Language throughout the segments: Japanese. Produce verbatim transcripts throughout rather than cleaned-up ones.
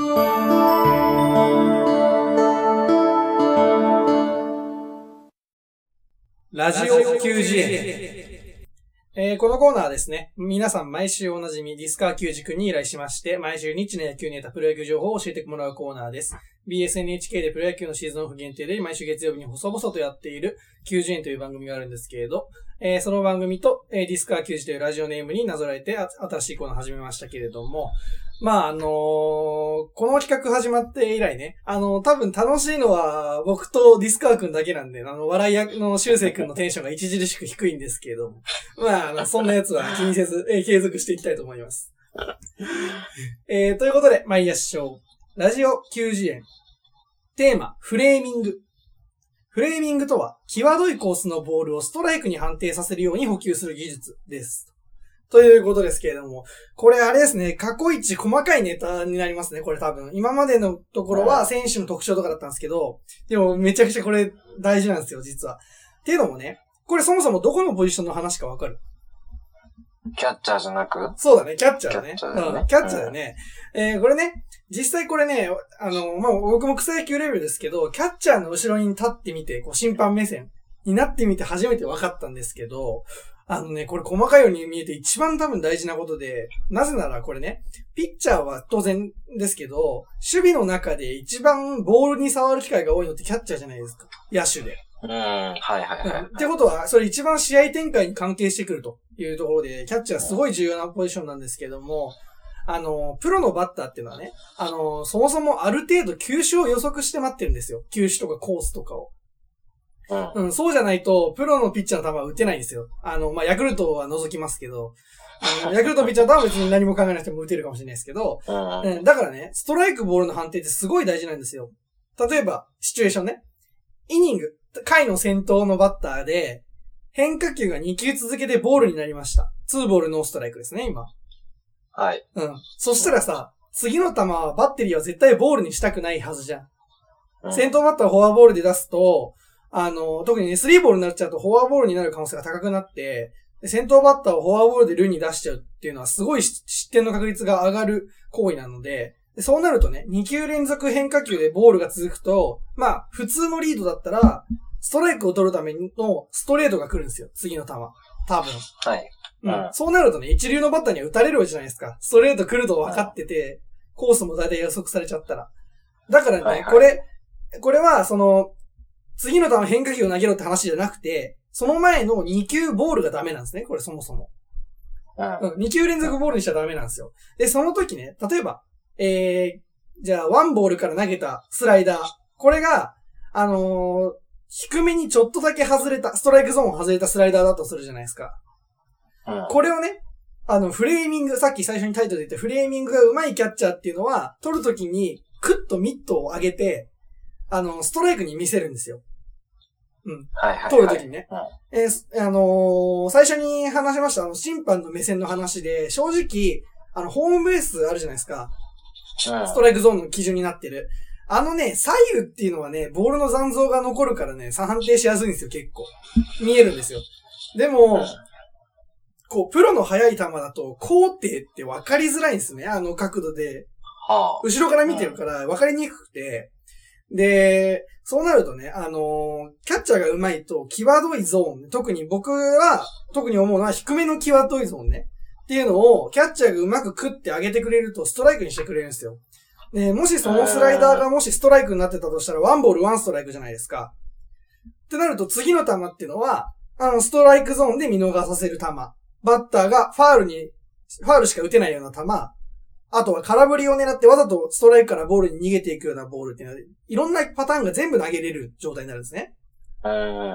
ラジオきゅうじえん。えー、このコーナーはですね、皆さん毎週おなじみディスカーきゅうじくんに依頼しまして、毎週ニッチな野球ネタ、プロ野球情報を教えてもらうコーナーです。ビーエスエヌエイチケー でプロ野球のシーズンオフ限定で毎週月曜日に細々とやっているきゅうじゅうえんという番組があるんですけれど、えー、その番組と、えー、ディスカーきゅうじというラジオネームになぞらえて新しいコーナー始めましたけれども、まあ、あのー、この企画始まって以来ね、あのー、多分楽しいのは僕とディスカー君だけなんで、あの、笑い役の修正君のテンションが著しく低いんですけれども、まあ、あの、そんなやつは気にせず、えー、継続していきたいと思います。えー、ということで、参りましょう。ラジオきゅうじえん。テーマ、フレーミング。フレーミングとは、際どいコースのボールをストライクに判定させるように補給する技術です。ということですけれども、これあれですね、過去一細かいネタになりますね、これ多分。今までのところは選手の特徴とかだったんですけど、でもめちゃくちゃこれ大事なんですよ、実は。っていうのもね、これそもそもどこのポジションの話かわかる？ キャッチャーじゃなく？ そうだね、キャッチャーだね。 キャッチャーだね。 うん、キャッチャーだね。うん、えー、これね、実際これね、あの、まあ、僕も草野球レベルですけど、キャッチャーの後ろに立ってみて、こう審判目線になってみて初めて分かったんですけど、あのね、これ細かいように見えて一番多分大事なことで、なぜならこれね、ピッチャーは当然ですけど、守備の中で一番ボールに触る機会が多いのってキャッチャーじゃないですか。野手で。 うん、はいはいはい。 ってことは、それ一番試合展開に関係してくるというところで、キャッチャーすごい重要なポジションなんですけども、あの、プロのバッターっていうのはね、あの、そもそもある程度球種を予測して待ってるんですよ。球種とかコースとかを。うん、うん、そうじゃないと、プロのピッチャーの球は打てないんですよ。あの、まあ、ヤクルトは除きますけど、あのヤクルトのピッチャーの球は別に何も考えなくても打てるかもしれないですけど、うん、だからね、ストライクボールの判定ってすごい大事なんですよ。例えば、シチュエーションね。イニング、回の先頭のバッターで、変化球がにきゅう続けてボールになりました。ツーボールノーストライクですね、今。 はい。 うん。そしたらさ、次の球はバッテリーは絶対ボールにしたくないはずじゃん。うん、先頭バッターをフォアボールで出すと、あの、特にね、スリーボールになっちゃうとフォアボールになる可能性が高くなって、先頭バッターをフォアボールで塁に出しちゃうっていうのはすごい失点の確率が上がる行為なので、そうなるとね、に球連続変化球でボールが続くと、まあ、普通のリードだったら、ストライクを取るためのストレートが来るんですよ、次の球。多分。 はい。 うん。そうなるとね、一流のバッターには打たれるわけじゃないですか。ストレート来ると分かってて、コースも大体予測されちゃったら。だからね、はいはい、これ、これは、その、次の球変化球を投げろって話じゃなくて、その前のに球ボールがダメなんですね、これそもそも。うん。に球連続ボールにしちゃダメなんですよ。で、その時ね、例えば、えー、じゃあ、ワンボールから投げたスライダー。これが、あのー、低めにちょっとだけ外れた、ストライクゾーンを外れたスライダーだとするじゃないですか。うん、これをね、あの、フレーミング、さっき最初にタイトルで言ったフレーミングが上手いキャッチャーっていうのは、取るときに、クッとミットを上げて、あの、ストライクに見せるんですよ。うん。 はいはいはい。 取るときにね。うん、えー、あのー、最初に話しました、あの、審判の目線の話で、正直、あの、ホームベースあるじゃないですか。うん、ストライクゾーンの基準になってる。あのね、左右っていうのはね、ボールの残像が残るからね、判定しやすいんですよ、結構。見えるんですよ。でも、うん、こう、プロの速い球だと、高低って分かりづらいんですね、あの角度で。はあ、後ろから見てるから分かりにくくて。で、そうなるとね、あのー、キャッチャーが上手いと、際どいゾーン、特に僕は、特に思うのは低めの際どいゾーンね。っていうのを、キャッチャーがうまく食ってあげてくれると、ストライクにしてくれるんですよ。で、もしそのスライダーがもしストライクになってたとしたら、ワンボールワンストライクじゃないですか。ってなると、次の球っていうのは、あの、ストライクゾーンで見逃させる球。バッターがファールに、ファールしか打てないような球。あとは空振りを狙ってわざとストライクからボールに逃げていくようなボールっていうのは、いろんなパターンが全部投げれる状態になるんですね。 うん、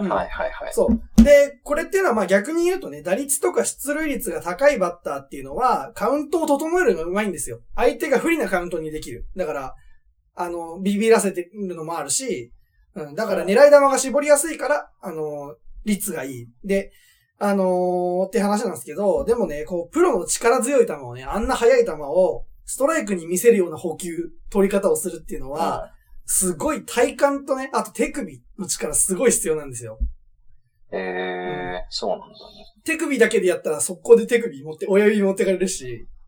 はいはいはい。 そう。で、これっていうのはまあ逆に言うとね、打率とか出塁率が高いバッターっていうのは、カウントを整えるのが上手いんですよ。相手が不利なカウントにできる。だから、あの、ビビらせてるのもあるし、うん、だから狙い球が絞りやすいから、あの、率がいい。で、あのー、って話なんですけど、でもね、こう、プロの力強い球をね、あんな速い球を、ストライクに見せるような補給、取り方をするっていうのは、すごい体幹とね、あと手首の力すごい必要なんですよ。 へえー、うん、そうなんだね。 手首だけでやったら速攻で手首持って、親指持ってかれるし、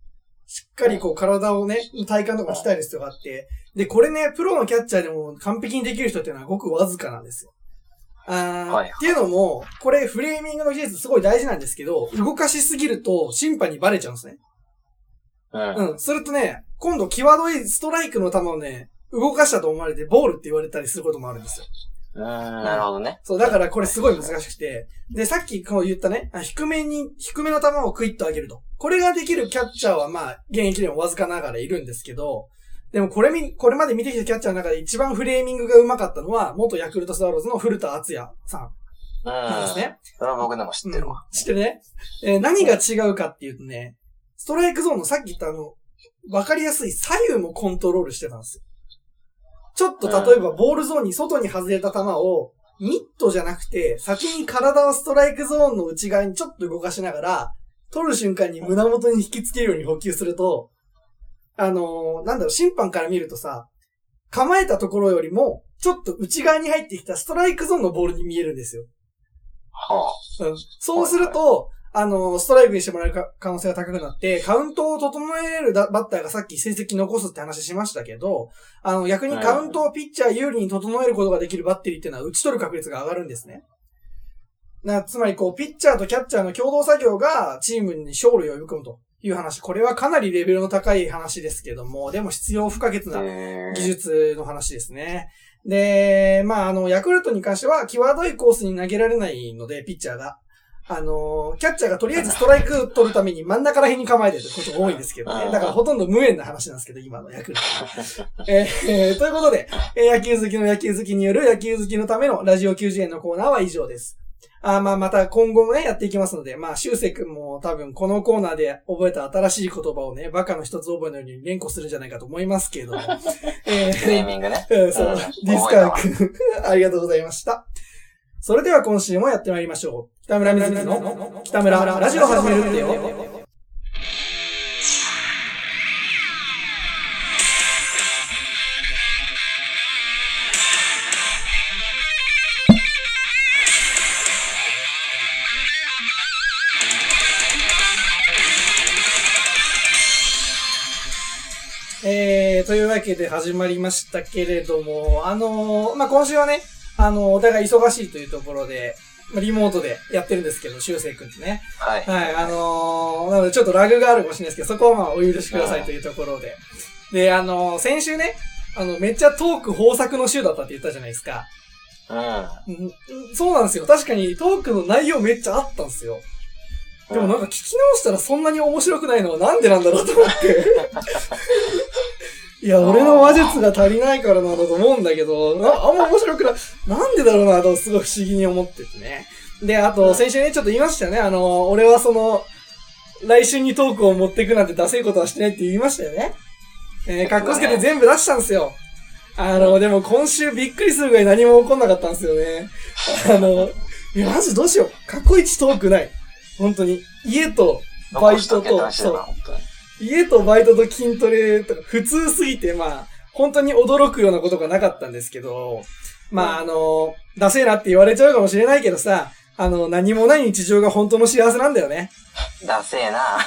しっかりこう体をね、体幹とか鍛える必要があって、で、これね、プロのキャッチャーでも完璧にできる人っていうのはごくわずかなんですよ。あー、はい、っていうのも、これフレーミングの技術すごい大事なんですけど、動かしすぎると審判にバレちゃうんですね。うん。うん。するとね、今度際どいストライクの球をね、動かしたと思われてボールって言われたりすることもあるんですよ。 うーん、なるほどね。 そう、だからこれすごい難しくて。で、さっきこう言ったね、低めに、低めの球をクイッと上げると。これができるキャッチャーはまあ、現役でもわずかながらいるんですけど、でもこれみ、これまで見てきたキャッチャーの中で一番フレーミングが上手かったのは、元ヤクルトスワローズの古田敦也さんなんですね。 それは僕でも知ってるわ。 うん、知ってるね。えー、何が違うかっていうとね、ストライクゾーンのさっき言ったあの、わかりやすい左右もコントロールしてたんですよ。ちょっと例えばボールゾーンに外に外れた球を、ミットじゃなくて、先に体をストライクゾーンの内側にちょっと動かしながら、取る瞬間に胸元に引きつけるように補給すると、あのー、なんだろう、審判から見るとさ、構えたところよりも、ちょっと内側に入ってきたストライクゾーンのボールに見えるんですよ。 はあ、うん。そうすると、はいはい、あのー、ストライクにしてもらえる可能性が高くなって、カウントを整えるバッターがさっき成績残すって話しましたけど、あの、逆にカウントをピッチャー有利に整えることができるバッテリーっていうのは打ち取る確率が上がるんですね。な、つまりこう、ピッチャーとキャッチャーの共同作業がチームに勝利を呼び込むという話。これはかなりレベルの高い話ですけども、でも必要不可欠な技術の話ですね。で、まあ、あの、ヤクルトに関しては、際どいコースに投げられないので、ピッチャーが。あの、キャッチャーがとりあえずストライク取るために真ん中ら辺に構えてることが多いんですけどね。だからほとんど無縁な話なんですけど、今のヤクルト。えー、ということで、野球好きの野球好きによる野球好きのためのラジオきゅうじゅうえんのコーナーは以上です。あまあまた今後もね、やっていきますので、まあ、しゅうせいくんも多分このコーナーで覚えた新しい言葉をね、バカの一つ覚えのように連呼するんじゃないかと思いますけれども。 えー、ネーミングね。 うん、そう、うん、ディスカー君、ありがとうございました。それでは今週もやってまいりましょう。北村水木の北村ラジオ始めるってよ。えー、というわけで始まりましたけれども、あのー、まあ、今週はね、あのー、お互い忙しいというところで、まあ、リモートでやってるんですけど、しゅうせいくんってね。 はい。 はい、あのー、なのでちょっとラグがあるかもしれないですけど、そこはまあお許しくださいというところで。で、あのー、先週ね、あの、めっちゃトーク豊作の週だったって言ったじゃないですか。 うん。 そうなんですよ。確かにトークの内容めっちゃあったんですよ。でもなんか聞き直したらそんなに面白くないのはなんでなんだろうと思って。いや、俺の話術が足りないからなんだと思うんだけど、なあんま面白くない。なんでだろうなとすごい不思議に思っててね。で、あと、先週ね、ちょっと言いましたよね。あの、俺はその、来週にトークを持っていくなんてダセいことはしてないって言いましたよね。えー、かっこつけて全部出したんですよ。あの、でも今週びっくりするぐらい何も起こんなかったんですよね。あの、いや、マジどうしよう。過去一トークない。本当に。家とバイトと、そう。家とバイトと筋トレとか普通すぎて、まあ、本当に驚くようなことがなかったんですけど、まあ、あの、ダセーなって言われちゃうかもしれないけどさ、あの、何もない日常が本当の幸せなんだよね。 ダセーな。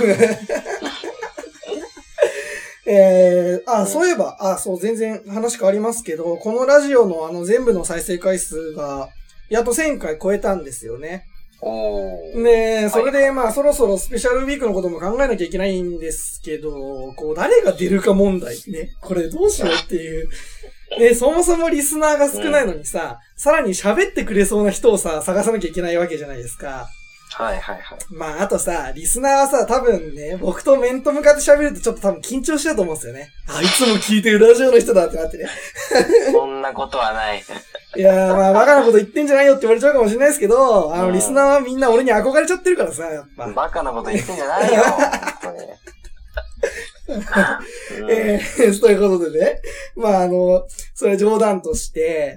えー、あ、そういえば、あ、そう、全然話変わりますけど、このラジオのあの全部の再生回数が、やっとせんかい超えたんですよね。で、それで、まあ、そろそろスペシャルウィークのことも考えなきゃいけないんですけど、こう、誰が出るか問題ね。これどうしようっていう。で、そもそもリスナーが少ないのにさ、うん、さらに喋ってくれそうな人をさ、探さなきゃいけないわけじゃないですか。 はいはいはい。 まあ、あとさ、リスナーはさ、多分ね、僕と面と向かって喋るとちょっと多分緊張しちゃうと思うんですよね。あいつも聞いてるラジオの人だってなってね。 そんなことはない。 いやー、まあ、バカなこと言ってんじゃないよって言われちゃうかもしれないですけど、あの、リスナーはみんな俺に憧れちゃってるからさ、やっぱ。 バカなこと言ってんじゃないよ、本当に。 えー、ということでね。まあ、あの、それは冗談として、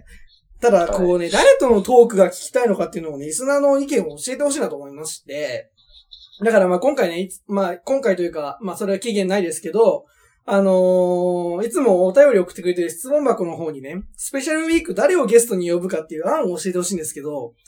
ただ、こうね、はい、誰とのトークが聞きたいのかっていうのをね、リスナーの意見を教えてほしいなと思いまして、だからまあ今回ね、まあ今回というか、まあそれは期限ないですけど、あのー、いつもお便り送ってくれてる質問箱の方にね、スペシャルウィーク誰をゲストに呼ぶかっていう案を教えてほしいんですけど、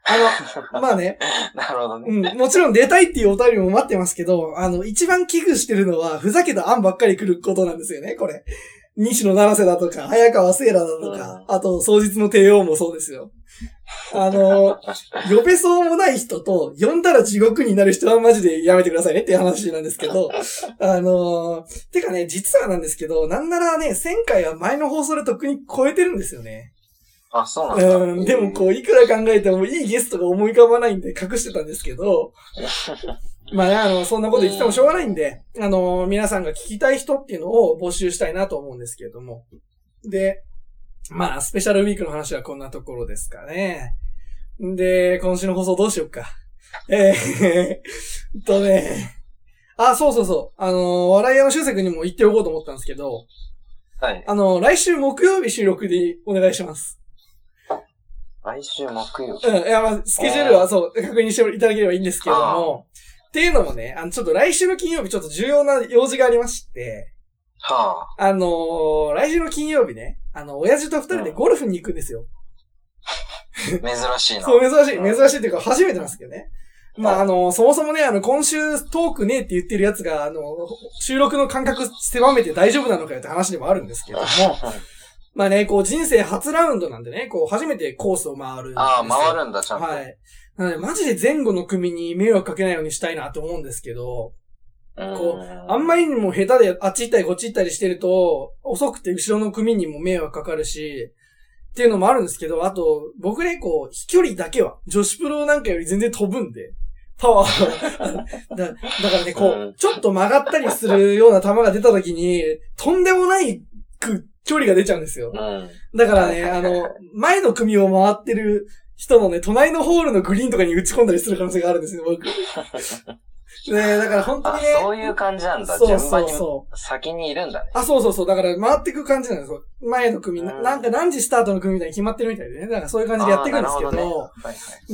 あの、まあね。 なるほどね。 うん。もちろん出たいっていうお便りも待ってますけど、あの、一番危惧してるのは、ふざけた案ばっかり来ることなんですよね、これ。西野七瀬だとか、早川聖羅だとか、あと、双日の帝王もそうですよ。あの、呼べそうもない人と、呼んだら地獄になる人はマジでやめてくださいねっていう話なんですけど、あの、てかね、実はなんですけど、なんならね、せんかいは前の放送でとっくに超えてるんですよね。 あ、そうなんだ。 うん、でもこう、いくら考えてもいいゲストが思い浮かばないんで隠してたんですけど、まあね、あの、そんなこと言ってもしょうがないんで、あの、皆さんが聞きたい人っていうのを募集したいなと思うんですけれども。で、まあ、スペシャルウィークの話はこんなところですかね。で、今週の放送どうしようか。えー、とね、あ、そうそうそう。あの、笑い屋の修正君にも言っておこうと思ったんですけど、 はい。 あの、来週木曜日収録でお願いします。 来週木曜日。 うん、いや、まあ、スケジュールはそう、確認していただければいいんですけれども、っていうのもね、あの、ちょっと来週の金曜日ちょっと重要な用事がありまして、 はあ、あのー、来週の金曜日ね、あの、親父と二人でゴルフに行くんですよ。 珍しいな。 そう、珍しい、珍しいっていうか初めてなんですけどね。まあ、あの、そもそもね、あの、今週トークねえって言ってるやつが、あの、収録の間隔狭めて大丈夫なのかよって話でもあるんですけども、まあね、こう人生初ラウンドなんでね、こう初めてコースを回るんですよ。 ああ、回るんだ、ちゃんと。 はい。なので、マジで前後の組に迷惑かけないようにしたいなと思うんですけど、こう、あんまりにも下手であっち行ったりこっち行ったりしてると、遅くて後ろの組にも迷惑かかるし、っていうのもあるんですけど、あと、僕ね、こう、飛距離だけは、女子プロなんかより全然飛ぶんで、パワーだ、だからね、こう、ちょっと曲がったりするような球が出た時に、とんでもないく距離が出ちゃうんですよ。 うん、だからね、あの、前の組を回ってる人のね、隣のホールのグリーンとかに打ち込んだりする可能性があるんですよ、僕。ねえ、だから本当にね。 そういう感じなんだ。 そうそう順番に先にいるんだね。 あ、そうそうそう。だから回っていく感じなんですよ。前の組、うん、なんか何時スタートの組みたいに決まってるみたいでね。だからそういう感じでやっていくんですけど。どね、はいはい、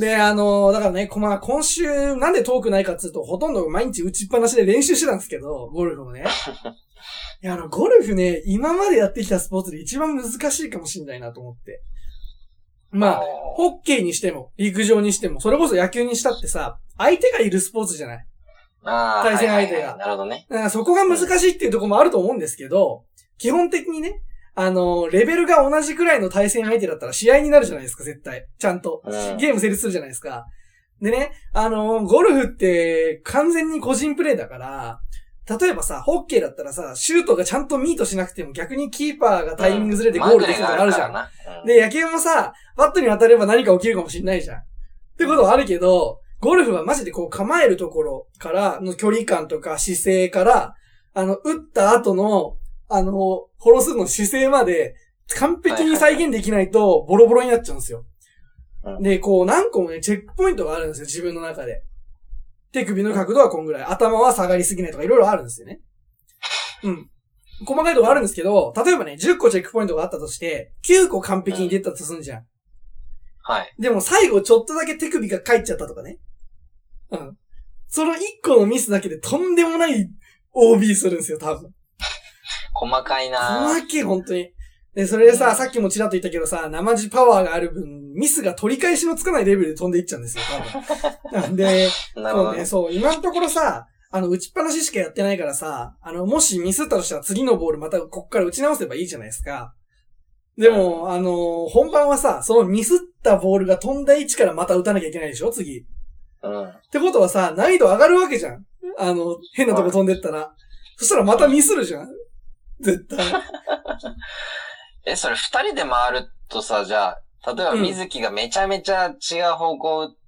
で、あの、だからね、まあ、今週なんで遠くないかっていうと、ほとんど毎日打ちっぱなしで練習してたんですけど、ゴルフをね。いや、あの、ゴルフね、今までやってきたスポーツで一番難しいかもしれないなと思って。まあ、ホッケーにしても、陸上にしても、それこそ野球にしたってさ、相手がいるスポーツじゃない。 あ対戦相手が、はいはいはい。 なるほどね。 だからそこが難しいっていうところもあると思うんですけど、基本的にね、あの、レベルが同じくらいの対戦相手だったら試合になるじゃないですか、絶対。ちゃんと。うん、ゲーム成立するじゃないですか。でね、あの、ゴルフって完全に個人プレーだから、例えばさ、ホッケーだったらさ、シュートがちゃんとミートしなくても逆にキーパーがタイミングずれてゴールできるとかあるじゃん。うん、で、野球もさ、バットに当たれば何か起きるかもしれないじゃん。ってことはあるけど、ゴルフはマジでこう構えるところからの距離感とか姿勢から、あの、打った後の、あの、フォロースルーの姿勢まで完璧に再現できないとボロボロになっちゃうんですよ。で、こう何個もね、チェックポイントがあるんですよ、自分の中で。手首の角度はこんぐらい。頭は下がりすぎないとかいろいろあるんですよね。うん。細かいとこあるんですけど、例えばね、じゅっこチェックポイントがあったとして、きゅうこ完璧に出たとすんじゃん。 はい。 でも最後ちょっとだけ手首が返っちゃったとかね。うん。そのいっこのミスだけでとんでもない オービー するんですよ、多分。 細かいなぁ。 細けい、本当に。で、それでさ、うん、さっきもちらっと言ったけどさ、生地パワーがある分、ミスが取り返しのつかないレベルで飛んでいっちゃうんですよ、多分。で、そうね、そう、今のところさ、あの、打ちっぱなししかやってないからさ、あの、もしミスったとしたら次のボールまたこっから打ち直せばいいじゃないですか。でも、うん、あの、本番はさ、そのミスったボールが飛んだ位置からまた打たなきゃいけないでしょ、次。 うん。 ってことはさ、難易度上がるわけじゃん。あの、変なとこ飛んでったら。そしたらまたミスるじゃん。絶対。 え、それ二人で回るとさ、じゃあ、例えば水木がめちゃめちゃ違う方向打って、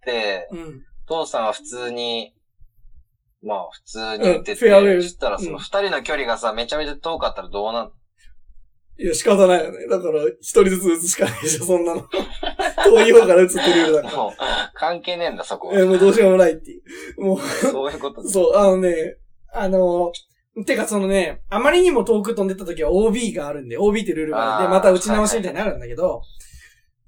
うん、父さんは普通に、まあ普通に打ってて、うん、そしたらその二人の距離がさ、めちゃめちゃ遠かったらどうなんの？ いや、仕方ないよね。だから、一人ずつ打つしかないでしょ、そんなの。遠い方から打つってルールだから。 もう、関係ねえんだ、そこは。 え、もうどうしようもないっていう。もう。 そういうことそう、あのね、あの、てかそのね、あまりにも遠く飛んでった時は オービー があるんで、オービー ってルールがあるんで、また打ち直しみたいになるんだけど、はいはい、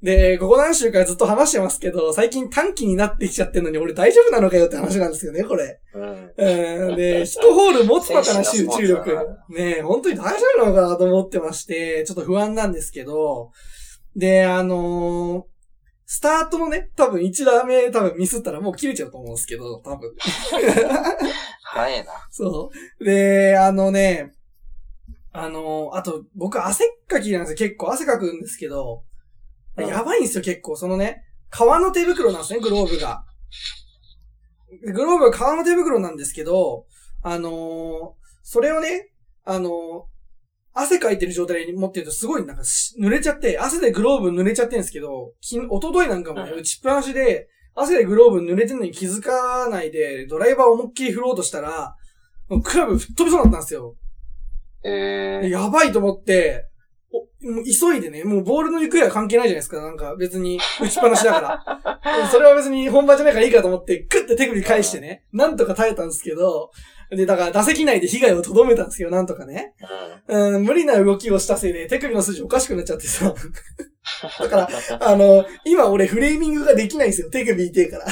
で、ここ何週かずっと話してますけど、最近短期になってきちゃってるのに俺大丈夫なのかよって話なんですよね、これ。うん。うんで、一ホール持つのかな、集中力。ねえ、本当に大丈夫なのかなと思ってまして、ちょっと不安なんですけど、で、あのー、 スタートのね、多分いち打目多分ミスったらもう切れちゃうと思うんですけど、多分。 早いな。 そう。で、あのね、あの、あと、僕汗っかきなんですよ。結構汗かくんですけど、うん、やばいんですよ、結構。そのね、革の手袋なんですね、グローブが。グローブは革の手袋なんですけど、あのー、それをね、あのー、汗かいてる状態に持ってるとすごいなんか濡れちゃって、汗でグローブ濡れちゃってるんですけど、き一昨日なんかもね、打ちっぱなしで、汗でグローブ濡れてるのに気づかないで、ドライバーを思いっきり振ろうとしたら、もうクラブ吹っ飛びそうになったんですよ。 えー、 やばいと思って、もう急いでね、もうボールの行方は関係ないじゃないですか。なんか別に打ちっぱなしだから。それは別に本番じゃないからいいかと思って、クッて手首返してね、なんとか耐えたんですけど、で、だから打席内で被害をとどめたんですよ、なんとかね。うん、無理な動きをしたせいで手首の筋おかしくなっちゃってさ。だから、あの、今俺フレーミングができないんですよ、手首痛いから。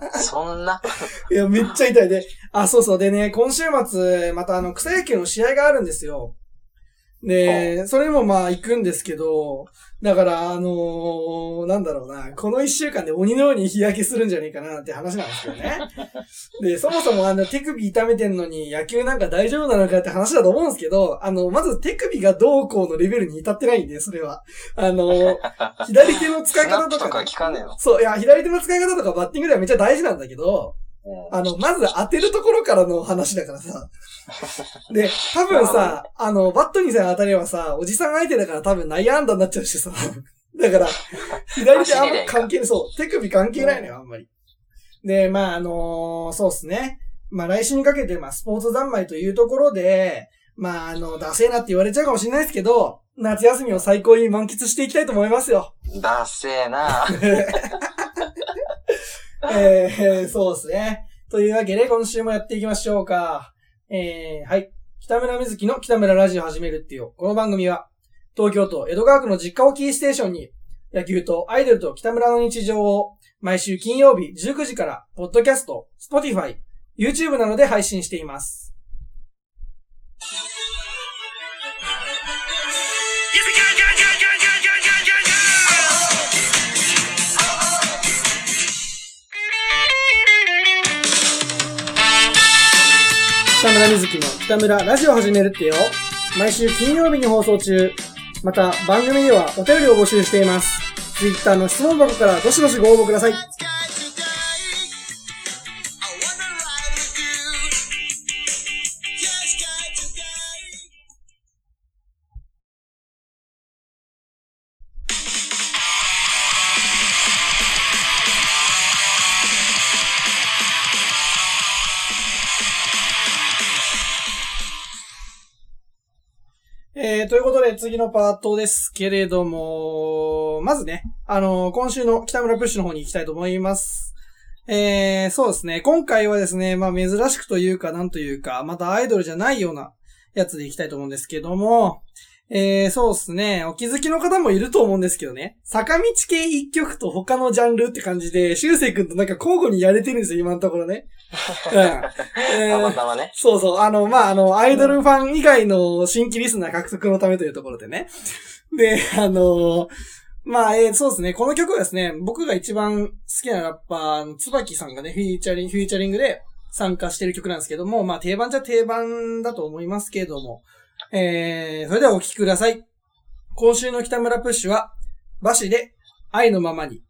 そんないや、めっちゃ痛いで。あ、そうそう。でね、今週末、またあの、草野球の試合があるんですよ。で、それもまあ行くんですけど、だから、あのー、なんだろうな、この一週間で鬼のように日焼けするんじゃねえかなって話なんですけどね。で、そもそもあの手首痛めてんのに野球なんか大丈夫なのかって話だと思うんですけど、あの、まず手首がどうこうのレベルに至ってないんで、それは。あのー、左手の使い方とか、ね。 とか聞かねえの？ そう、いや、左手の使い方とかバッティングではめっちゃ大事なんだけど、あの、まず当てるところからの話だからさ。で、多分さ、あの、バットにさえ当たればさ、おじさん相手だから多分内野安打になっちゃうしさ。だから、左手あんま関係ない、そう、手首関係ないのよ、あんまり。で、まあ、あのー、そうっすね。まあ、来週にかけて、まあ、スポーツ三昧というところで、まあ、あの、ダセーなって言われちゃうかもしれないですけど、夏休みを最高に満喫していきたいと思いますよ。 ダセーなえー、そうですね。というわけで、今週もやっていきましょうか。えー、はい。北村瑞希の北村ラジオ始めるっていう、この番組は、東京都江戸川区の実家をキーステーションに、野球とアイドルと北村の日常を、毎週金曜日じゅうくじから、ポッドキャスト、Spotify、YouTube などで配信しています。北村瑞希の北村ラジオを始めるってよ。毎週金曜日に放送中。また番組ではお便りを募集しています。Twitter の質問箱からどしどしご応募ください。えー、ということで次のパートですけれども、まずね、あのー、今週の北村プッシュの方に行きたいと思います。えー、そうですね、今回はですね、まあ珍しくというかなんというか、またアイドルじゃないようなやつで行きたいと思うんですけども、えー、そうですね、お気づきの方もいると思うんですけどね、坂道系一曲と他のジャンルって感じで、修正くんとなんか交互にやれてるんですよ、今のところね。うん。えー、たまたまね。 そうそう。あの、まあ、あの、アイドルファン以外の新規リスナー獲得のためというところでね。で、あの、まあ、えー、そうですね。この曲はですね、僕が一番好きなラッパーの椿さんがね、フィーチャリング、フィーチャリングで参加してる曲なんですけども、まあ、定番じゃ定番だと思いますけれども、えー、それではお聴きください。今週の北村プッシュは、バシで愛のままに。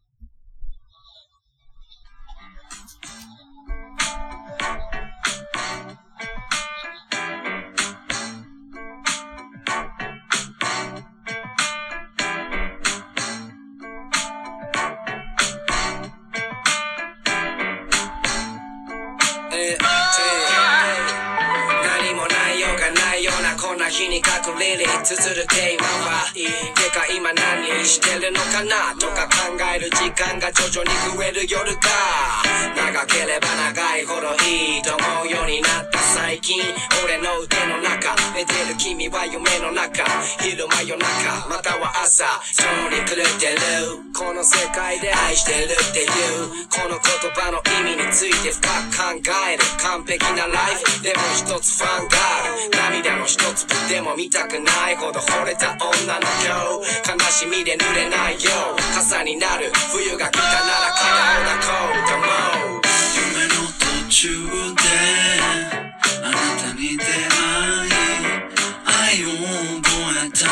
日に隠れり綴るテーマはてか今何してるのかなとか考える時間が徐々に増える夜が長ければ長いほどいいと思うようになった最近俺の腕の中寝てる君は夢の中昼間夜中または朝共に狂ってるこの世界で愛してるっていうこの言葉の意味について深く考える完璧なライフでも一つファンがある涙の一つでも見たくないほど惚れた女の子悲しみで濡れないよ傘になる冬が来たなら肩を抱こうと思う夢の途中であなたに出会い愛を覚えた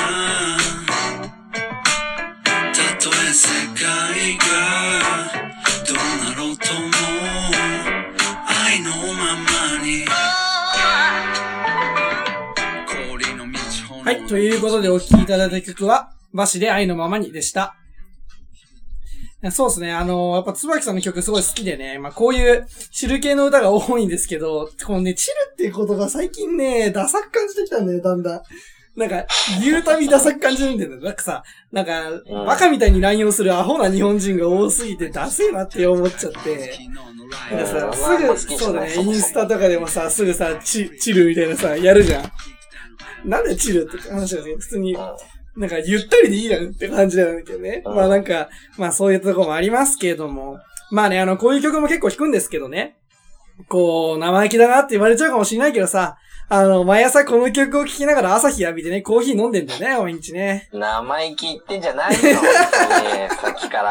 たとえ世界がどうなろうとも愛のままにはい、ということでお聴きいただいた曲はバシで愛のままにでした。そうですね、あのー、やっぱ椿さんの曲すごい好きでね、まあこういうチル系の歌が多いんですけど、このね、チルっていうことが最近ね、ダサく感じてきたんだよ、だんだん。なんか、言うたびダサく感じるんだよね。なんかさ、なんか、バカみたいに乱用するアホな日本人が多すぎてダセえなって思っちゃって。なんかさ、すぐ、そうだね、インスタとかでもさ、すぐさ、チ、チルみたいなさ、やるじゃん。なんでチルって話なんですけど、普通に、なんかゆったりでいいじゃんって感じなんだけどね。まあなんか、まあそういうとこもありますけれども。まあね、あの、こういう曲も結構弾くんですけどね。こう、生意気だなって言われちゃうかもしれないけどさ、あの、毎朝この曲を聴きながら朝日浴びてね、コーヒー飲んでんだよね、毎日ね。 生意気言ってんじゃないよ、ね、さっきから。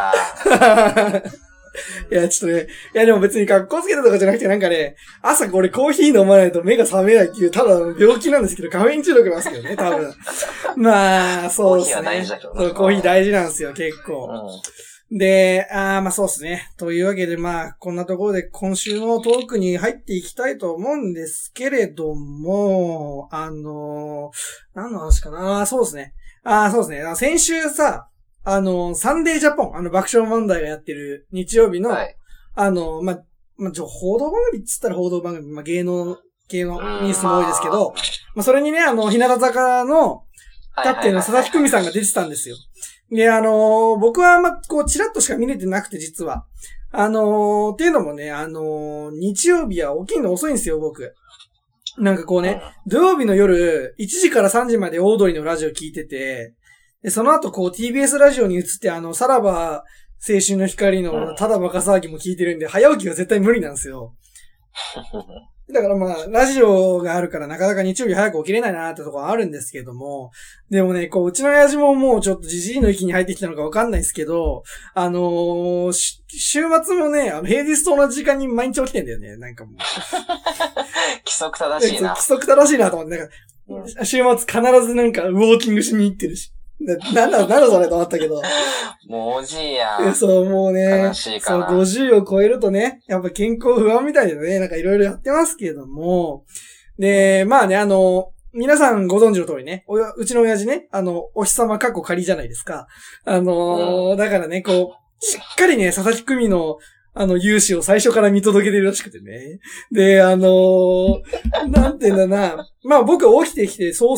いや、ちょっとね、いやでも別に格好つけたとかじゃなくてなんかね、朝これコーヒー飲まないと目が覚めないっていう、ただの病気なんですけど、カフェイン中毒なんですけどね、多分。まあ、そうですね。コーヒーは大事だけどね。そう、コーヒー大事なんですよ、結構。うん、で、あーまあそうですね。というわけでまあ、こんなところで今週のトークに入っていきたいと思うんですけれども、あのー、何の話かな、そうですね。あーそうですね。先週さ、あの、サンデージャポン、あの、爆笑問題がやってる日曜日の、はい、あの、ま、ま、報道番組っつったら報道番組、まあ、芸能系のニュースも多いですけど、まあ、それにね、あの、日向坂の、キャプテンの佐々木久美さんが出てたんですよ。で、あの、僕は、ま、こう、チラッとしか見れてなくて、実は。あの、っていうのもね、あの、日曜日は起きるの遅いんですよ、僕。なんかこうね、土曜日の夜、いちじからさんじまでオードリーのラジオ聞いてて、で、その後こう ティービーエス ラジオに移ってあの、さらば青春の光のただバカ騒ぎも聞いてるんで、早起きが絶対無理なんですよ。だからまあ、ラジオがあるからなかなか日曜日早く起きれないなーってところはあるんですけども、でもね、こう、うちの親父ももうちょっとじじいの域に入ってきたのかわかんないですけど、あのー、週末もね、あの、平日と同じ時間に毎日起きてんだよね、なんかもう。 規則正しいな。 規則正しいなと思って、なんか、うん、週末必ずなんかウォーキングしに行ってるし。な、なんだ、なんだそれと思ったけど。 もうおじいや。 そう、もうね。 悲しいかな。 そう、ごじゅうを超えるとね、やっぱ健康不安みたいでね、なんかいろいろやってますけれども。で、まあね、あの、皆さんご存知の通りね、おうちの親父ね、あの、お日様過去仮じゃないですか。あのーうん、だからね、こう、しっかりね、佐々木久美の、あの、勇姿を最初から見届けてるらしくてね。で、あのー、なんていうんだな。まあ僕起きてきて早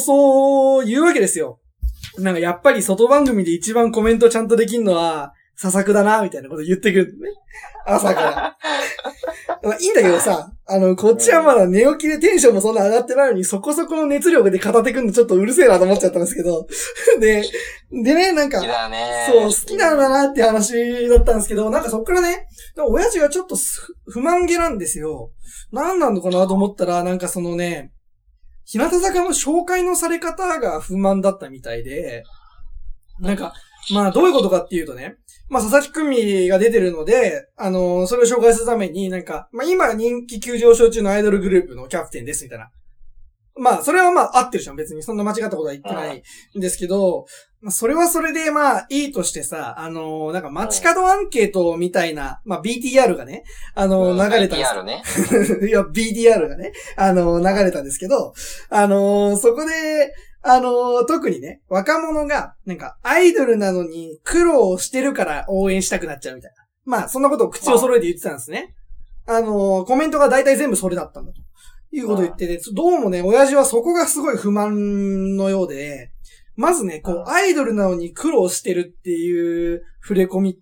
々言うわけですよ。なんかやっぱり外番組で一番コメントちゃんとできんのは、佐々木だな、みたいなこと言ってくるんだね。朝から。まあいいんだけどさ、あの、こっちはまだ寝起きでテンションもそんな上がってないのに、そこそこの熱量で片手くんのちょっとうるせえなと思っちゃったんですけど。で、でね、なんか、 好きだね。 そう、好きなんだなって話だったんですけど、なんかそっからね、親父がちょっと不満げなんですよ。何なのかなと思ったら、なんかそのね、日向坂の紹介のされ方が不満だったみたいで、なんか、まあどういうことかっていうとね、まあ佐々木久美が出てるので、あのー、それを紹介するために、なんか、まあ今人気急上昇中のアイドルグループのキャプテンですみたいな。まあそれはまあ合ってるじゃん、別にそんな間違ったことは言ってないんですけど、まあそれはそれでまあいいとしてさ、あのー、なんか街角アンケートみたいな、まあ ビーティーアール がね、あのー、流れたんです。 ビーティーアール ね。 いや、ビーティーアール がね、あのー、流れたんですけど、あのー、そこで、あのー、特にね、若者が、なんか、アイドルなのに苦労してるから応援したくなっちゃうみたいな。まあ、そんなことを口を揃えて言ってたんですね。あのー、コメントが大体全部それだったんだと。いうことを言ってて、どうもね、親父はそこがすごい不満のようで、まずね、こう、アイドルなのに苦労してるっていう触れ込みって、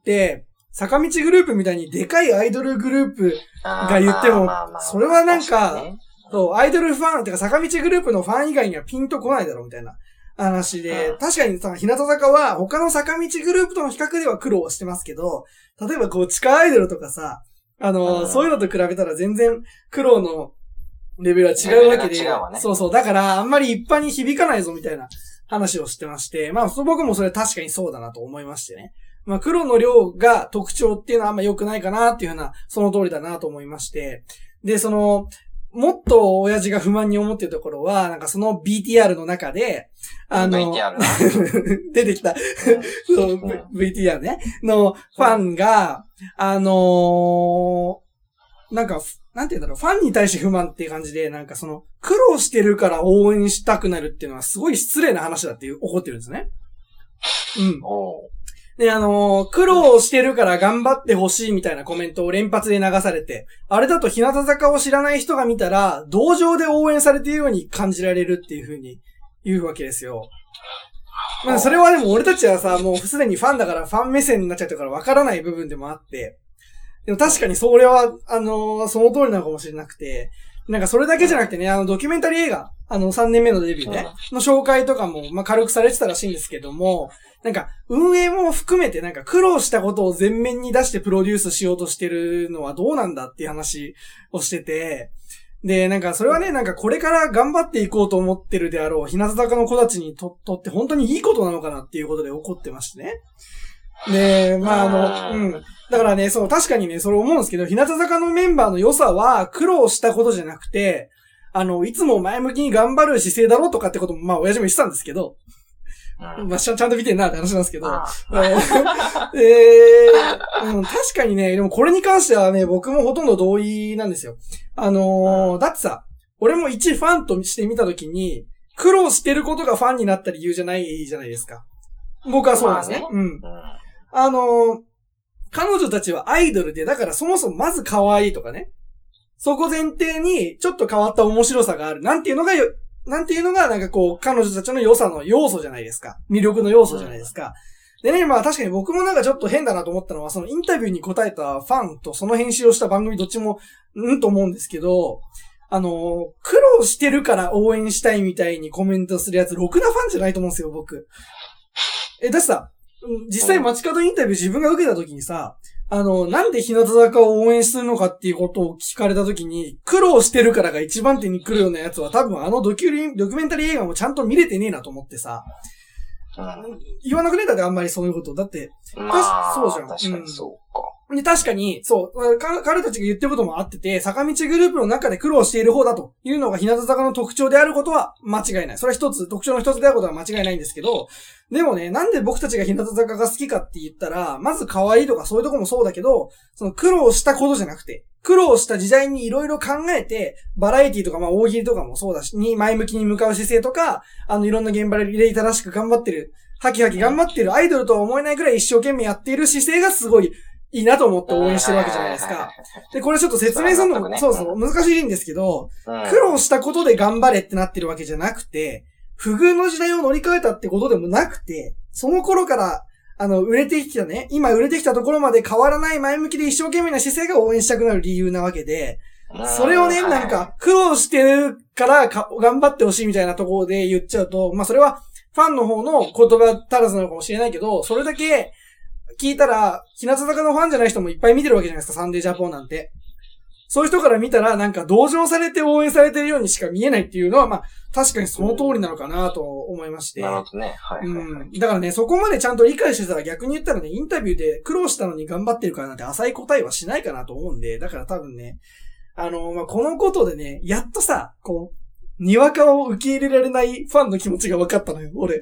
坂道グループみたいにでかいアイドルグループが言っても、それはなんか、そう、アイドルファン、てか坂道グループのファン以外にはピンとこないだろうみたいな話で、確かにさ、日向坂は他の坂道グループとの比較では苦労してますけど、例えばこう、地下アイドルとかさ、あの、そういうのと比べたら全然苦労のレベルは違うわけで、ね、そうそう、だからあんまり一般に響かないぞみたいな話をしてまして、まあ僕もそれ確かにそうだなと思いましてね。まあ黒の量が特徴っていうのはあんま良くないかなっていうふうな、その通りだなと思いまして。で、その、もっと親父が不満に思ってるところは、なんかその ビーティーアール の中で、あの、 ブイティーアール出てきた、そう、ブイティーアール ね、のファンが、あのー、なんか、なんて言うんだろう、ファンに対して不満っていう感じで、なんかその、苦労してるから応援したくなるっていうのはすごい失礼な話だって怒ってるんですね。うん。で、あのー、苦労してるから頑張ってほしいみたいなコメントを連発で流されて、あれだと日向坂を知らない人が見たら、同情で応援されているように感じられるっていう風に言うわけですよ。まあ、それはでも俺たちはさ、もうすでにファンだからファン目線になっちゃったからわからない部分でもあって、でも確かにそれは、あのー、その通りなのかもしれなくて、なんかそれだけじゃなくてね、あのドキュメンタリー映画、あのさんねんめのデビューね、の紹介とかも、まあ、軽くされてたらしいんですけども、なんか運営も含めてなんか苦労したことを前面に出してプロデュースしようとしてるのはどうなんだっていう話をしてて、で、なんかそれはね、なんかこれから頑張っていこうと思ってるであろう、日向坂の子たちにと、とって本当にいいことなのかなっていうことで怒ってましてね。で、まああの、うん。だからね、そう、確かにね、それ思うんですけど、日向坂のメンバーの良さは苦労したことじゃなくて、あの、いつも前向きに頑張る姿勢だろうとかってことも、まあ、親父も言ってたんですけど、まあ、ちゃんと見てんなって話なんですけど、えーうん、確かにね、でもこれに関してはね、僕もほとんど同意なんですよ。あのー、だってさ、俺も一ファンとして見たときに、苦労してることがファンになった理由じゃないじゃないですか。僕はそうなんですね。うん。あのー、彼女たちはアイドルで、だからそもそもまず可愛いとかね。そこ前提にちょっと変わった面白さがある。なんていうのがよ、なんていうのがなんかこう、彼女たちの良さの要素じゃないですか。魅力の要素じゃないですか。でね、まあ確かに僕もなんかちょっと変だなと思ったのは、そのインタビューに答えたファンとその編集をした番組どっちも、うんと思うんですけど、あの、苦労してるから応援したいみたいにコメントするやつ、ろくなファンじゃないと思うんですよ、僕。え、だってさ、実際街角インタビュー自分が受けた時にさ、あの、なんで日向坂を応援するのかっていうことを聞かれた時に、苦労してるからが一番手に来るようなやつは多分あのドキュリ、ドキュメンタリー映画もちゃんと見れてねえなと思ってさ、うん、言わなくねえだってあんまりそういうこと。だって、 まあ、 そうじゃん。 確かにそうか。 うん、で確かに、そう、彼たちが言ってることもあってて、坂道グループの中で苦労している方だというのが日向坂の特徴であることは間違いない。それは一つ、特徴の一つであることは間違いないんですけど、でもね、なんで僕たちが日向坂が好きかって言ったら、まず可愛いとかそういうとこもそうだけど、その苦労したことじゃなくて、苦労した時代にいろいろ考えて、バラエティとかまあ大喜利とかもそうだし、に前向きに向かう姿勢とか、あのいろんな現場で礼儀正しく頑張ってる、ハキハキ頑張ってるアイドルとは思えないくらい一生懸命やっている姿勢がすごいいいなと思って応援してるわけじゃないですか。で、これちょっと説明するのも、そうそう、難しいんですけど、苦労したことで頑張れってなってるわけじゃなくて、不遇の時代を乗り越えたってことでもなくて、その頃から、あの、売れてきたね、今売れてきたところまで変わらない前向きで一生懸命な姿勢が応援したくなる理由なわけで、それをね、なんか、苦労してるからか頑張ってほしいみたいなところで言っちゃうと、まあそれはファンの方の言葉足らずなのかもしれないけど、それだけ聞いたら、日向坂のファンじゃない人もいっぱい見てるわけじゃないですか、サンデージャポンなんて。そういう人から見たら、なんか同情されて応援されてるようにしか見えないっていうのは、まあ、確かにその通りなのかなと思いまして。 なるほどね。はい、はい。 うん。だからね、そこまでちゃんと理解してたら逆に言ったらね、インタビューで苦労したのに頑張ってるからなんて浅い答えはしないかなと思うんで、だから多分ね、あの、まあ、このことでね、やっとさ、こう、にわかを受け入れられないファンの気持ちが分かったのよ、俺。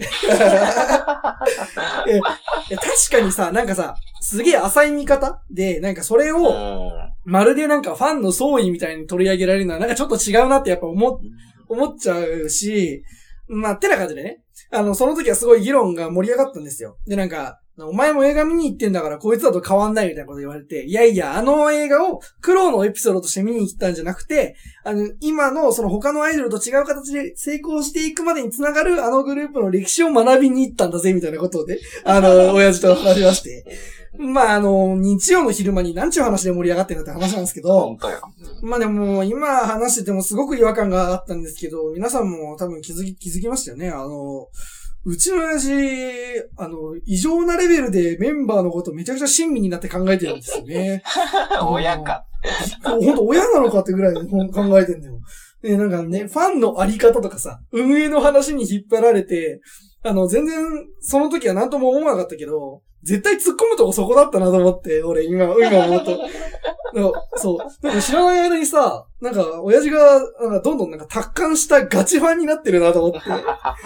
ええ確かにさ、なんかさ、すげえ浅い見方で、なんかそれを、まるでなんかファンの総意みたいに取り上げられるのはなんかちょっと違うなってやっぱ思、思っちゃうし、まあ、てな感じでね、あの、その時はすごい議論が盛り上がったんですよ。で、なんか、お前も映画見に行ってんだからこいつだと変わんないみたいなこと言われて、いやいや、あの映画を苦労のエピソードとして見に行ったんじゃなくて、あの、今のその他のアイドルと違う形で成功していくまでにつながるあのグループの歴史を学びに行ったんだぜ、みたいなことをね、あの、親父と話しまして。まあ、あの、日曜の昼間に何ちゅう話で盛り上がってんだって話なんですけど、 本当よ。 まあでも、今話しててもすごく違和感があったんですけど、皆さんも多分気づき、気づきましたよね。あの、うちの親父、あの、異常なレベルでメンバーのことめちゃくちゃ親身になって考えてるんですよね。 親か。 本当親なのかってぐらい考えてんだよ。で、なんかね、ファンのあり方とかさ、運営の話に引っ張られて、 あの、全然、その時は何とも思わなかったけど、絶対突っ込むとこそこだったなと思って、俺、今、今思うと。そう。なんか知らない間にさ、なんか、親父が、なんか、どんどんなんか、達観したガチファンになってるなと思って。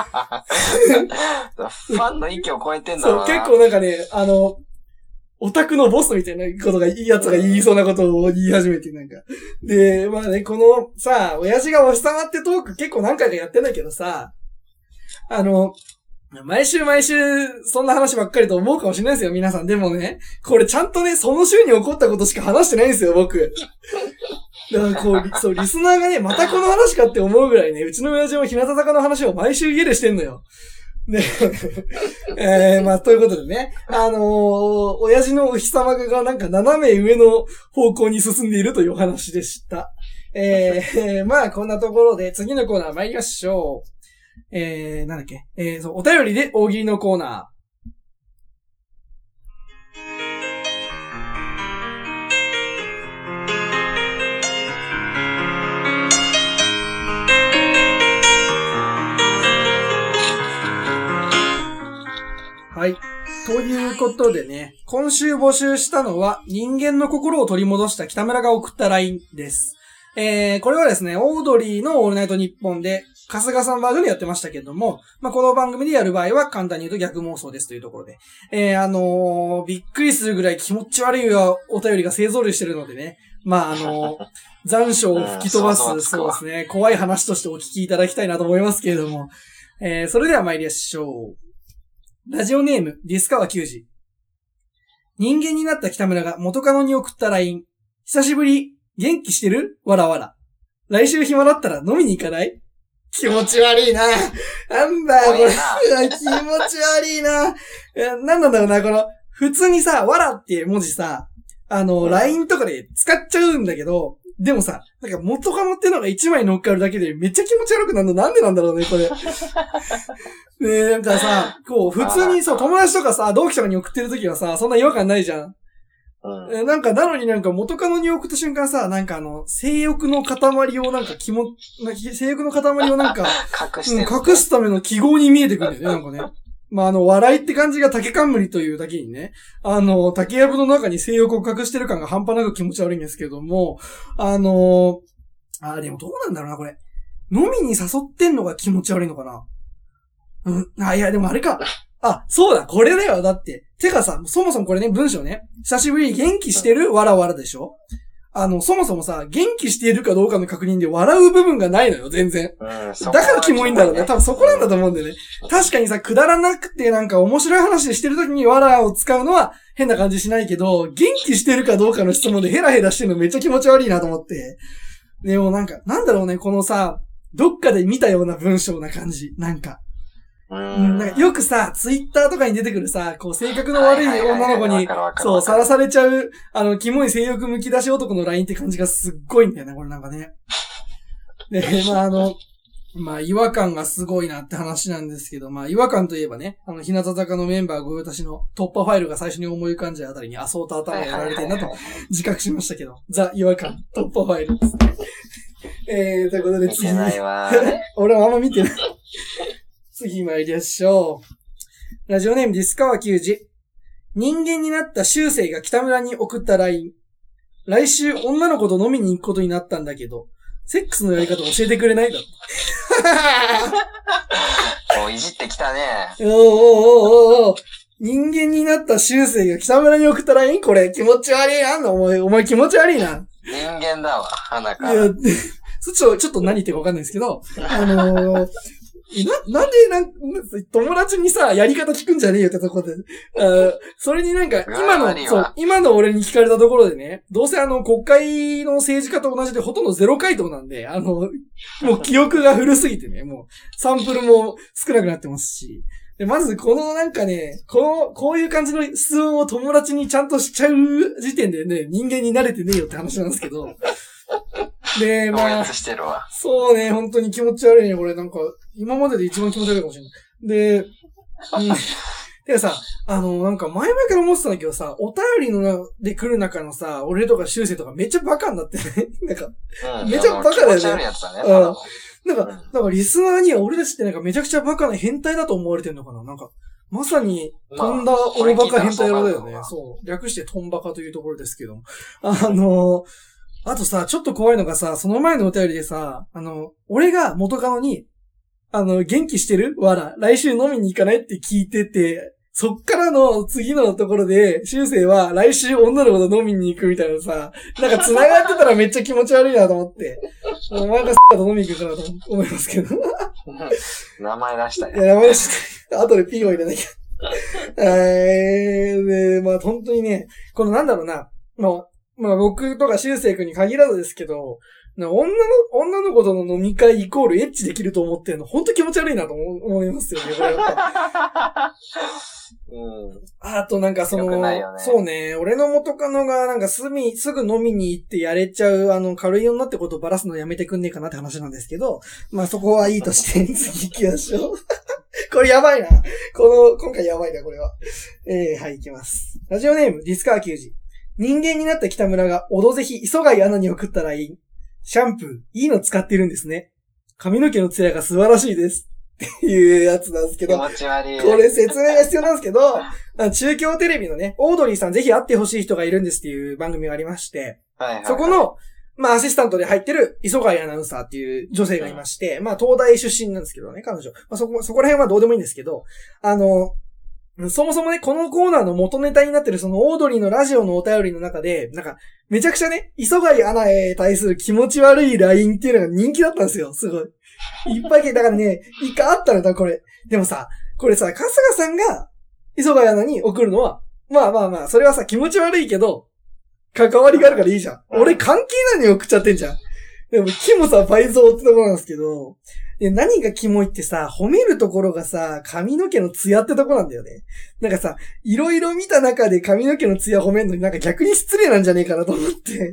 ファンの域を超えてんだろうな。 そう、結構なんかね、あの、オタクのボスみたいなことがいいやつが言いそうなことを言い始めて、なんか。で、まあね、このさ、親父がお日様ってトーク結構何回かやってんだけどさ、あの、毎週毎週、そんな話ばっかりと思うかもしれないですよ、皆さん。でもね、これちゃんとね、その週に起こったことしか話してないんですよ、僕。だからこう、そう、リスナーがね、またこの話かって思うぐらいね、うちの親父も日向坂の話を毎週家でしてんのよ。で、えー、まあ、ということでね、あのー、親父のお日様がなんか斜め上の方向に進んでいるというお話でした。えー、まあ、こんなところで次のコーナー参りましょう。えー、なんだっけえー、そう、お便りで大喜利のコーナー。はい。ということでね、今週募集したのは人間の心を取り戻した北村が送った ライン です。えー、これはですね、オードリーのオールナイトニッポンで、春日さんバージョンでやってましたけども、まあ、この番組でやる場合は簡単に言うと逆妄想ですというところで。えー、あのー、びっくりするぐらい気持ち悪いお便りが勢ぞろいしてるのでね、まあ、あのー、残暑を吹き飛ばす、そうですね、怖い話としてお聞きいただきたいなと思いますけれども、えー、それでは参りましょう。ラジオネーム、ディスカワ球児。人間になった北村が元カノに送った ライン。久しぶり、元気してる？わらわら。来週暇だったら飲みに行かない？気持ち悪いな。なんだよ、これ。気持ち悪いな。なんなんだろうな、この、普通にさ、わらっていう文字さ、あの、ライン とかで使っちゃうんだけど、でもさ、なんか元カノってのが一枚乗っかるだけでめっちゃ気持ち悪くなるのなんでなんだろうね、これ。ねえ、なんかさ、こう、普通にさ、友達とかさ、同期とかに送ってるときはさ、そんな違和感ないじゃん。うん、なんか、なのになんか元カノに送った瞬間さ、なんかあの、性欲の塊をなんか気も、性欲の塊をなんか、 隠して、ねうん、隠すための記号に見えてくるんだよね、なんかね。まあ、あの、笑いって感じが竹冠というだけにね、あの、竹やぶの中に性欲を隠してる感が半端なく気持ち悪いんですけども、あの、あ、でもどうなんだろうな、これ。飲みに誘ってんのが気持ち悪いのかな。うん、あ、いや、でもあれか。あ、そうだ、これだよ、だって。てかさ、そもそもこれね、文章ね。久しぶりに元気してる？わらわらでしょ？あの、そもそもさ、元気しているかどうかの確認で笑う部分がないのよ、全然。うん、だからキモいんだろうね。多分そこなんだと思うんだよね。確かにさ、くだらなくてなんか面白い話してるときにわらを使うのは変な感じしないけど、元気してるかどうかの質問でヘラヘラしてるのめっちゃ気持ち悪いなと思って。でもなんか、なんだろうね、このさ、どっかで見たような文章な感じ。なんか。うん、なんかよくさ、ツイッターとかに出てくるさ、こう性格の悪い女の子に、そう、さらされちゃう、あの、キモい性欲むき出し男の ライン って感じがすっごいんだよね、これなんかね。で、まああの、まあ違和感がすごいなって話なんですけど、まあ違和感といえばね、あの、日向坂のメンバーご用達の突破ファイルが最初に思い浮かんじゃうあたりに、あ、そうと頭がやられてるなと自覚しましたけど、ザ違和感突破ファイルですね。えー、ということで次に、俺もあんま見てない。次参りましょう。ラジオネームディスカワ球児。人間になった修正が北村に送った ライン。来週女の子と飲みに行くことになったんだけど、セックスのやり方教えてくれないだろ。 おいじってきたね。 おーおーおーおー人間になった修正が北村に送った ライン これ気持ち悪いな。お前、お前気持ち悪いな。 人間だわ、鼻から。 いや、ちょ、ちょっと何言ってるかわかんないですけど、あのー、な、なんで、なん、友達にさ、やり方聞くんじゃねえよってところで。あそれになんか、今の、そう、今の俺に聞かれたところでね、どうせあの、国会の政治家と同じでほとんどゼロ回答なんで、あの、もう記憶が古すぎてね、もう、サンプルも少なくなってますし。で、まず、このなんかね、この、こういう感じの質問を友達にちゃんとしちゃう時点でね、人間に慣れてねえよって話なんですけど。で、まあ、そうね、本当に気持ち悪いね、これ。なんか、今までで一番気持ち悪いかもしれない。で、うん。てかさ、あの、なんか前々から思ってたんだけどさ、お便りので来る中のさ、俺とか修正とかめっちゃバカになってね。なんか、うん、めっちゃバカだよね。 気持ち悪いやつだね。 なんか、なんかリスナーには俺たちってなんかめちゃくちゃバカな変態だと思われてるのかななんか、まさに、とんだ大バカ変態野郎だよね。そう。略してトンバカというところですけども。あの、あとさ、ちょっと怖いのがさ、その前のお便りでさ、あの、俺が元カノに、あの、元気してるわら、来週飲みに行かないって聞いてて、そっからの次のところで、修正は来週女の子と飲みに行くみたいなさ、なんか繋がってたらめっちゃ気持ち悪いなと思って、お前がs*** と飲みに行くかなと思いますけど。 名前出したよ。いや、名前出した。後で P を入れなきゃ。えー、で、まあ本当にね、このなんだろうな、まあ、まあ僕とか修正君に限らずですけど、女の、女の子との飲み会イコールエッチできると思ってんの、ほんと気持ち悪いなと思いますよね、これは。うん。あとなんかその、ね、そうね、俺の元カノがなんかすみ、すぐ飲みに行ってやれちゃう、あの、軽い女ってことをバラすのやめてくんねえかなって話なんですけど、まあそこはいいとして、次行きましょう。これやばいな。この、今回やばいな、これは。えー、はい、行きます。ラジオネーム、ディスカー球児。人間になった北村が、オドぜひ、磯貝アナに送ったらいい。シャンプー、いいの使ってるんですね。髪の毛のツヤが素晴らしいです。っていうやつなんですけど。 気持ち悪い。 これ説明が必要なんですけど、中京テレビのね、オードリーさんぜひ会ってほしい人がいるんですっていう番組がありまして、 はいはいはい、 そこの、まあアシスタントで入ってる磯貝アナウンサーっていう女性がいまして、うん、まあ東大出身なんですけどね、彼女。まあそこ、そこら辺はどうでもいいんですけど、あの、そもそもね、このコーナーの元ネタになってるそのオードリーのラジオのお便りの中で、なんか、めちゃくちゃね、磯貝アナへ対する気持ち悪い ライン っていうのが人気だったんですよ、すごい。いっぱい、だからね、一回あったのだ、これ。でもさ、これさ、春日さんが磯貝アナに送るのは、まあまあまあ、それはさ、気持ち悪いけど、関わりがあるからいいじゃん。俺関係ないのに送っちゃってんじゃん。でも、キモさ倍増ってところなんですけど、で、何がキモいってさ、褒めるところがさ、髪の毛のツヤってとこなんだよね。なんかさ、いろいろ見た中で髪の毛のツヤ褒めるのになんか逆に失礼なんじゃねえかなと思って。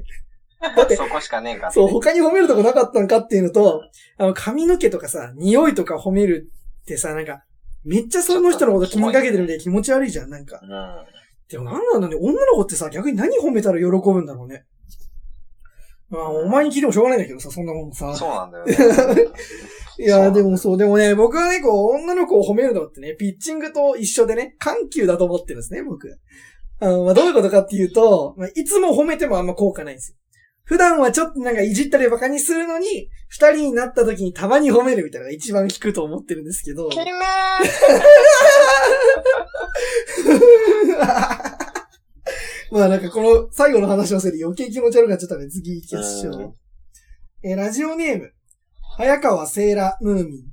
だって、そこしかねえか、ね。 そう、他に褒めるとこなかったのかっていうのと、あの、髪の毛とかさ、匂いとか褒めるってさ、なんか、めっちゃその人のこと気にかけてるみたいで気持ち悪いじゃん、なんか。うん、でもなんなんだね、女の子ってさ、逆に何褒めたら喜ぶんだろうね。まあ、お前に聞いてもしょうがないんだけどさ、そんなもんさ。 そうなんだよね。 いや、でもそう、でもね、僕はね、こう、女の子を褒めるのってね、ピッチングと一緒でね、緩急だと思ってるんですね、僕。あの、まあ、どういうことかっていうと、まあ、いつも褒めてもあんま効果ないんですよ。普段はちょっとなんかいじったりバカにするのに、二人になった時にたまに褒めるみたいなのが一番効くと思ってるんですけど。 キルメーまあなんかこの最後の話のせいで余計気持ち悪くなっちゃったので次行きましょう。えー、ラジオネーム、早川セーラムーミン。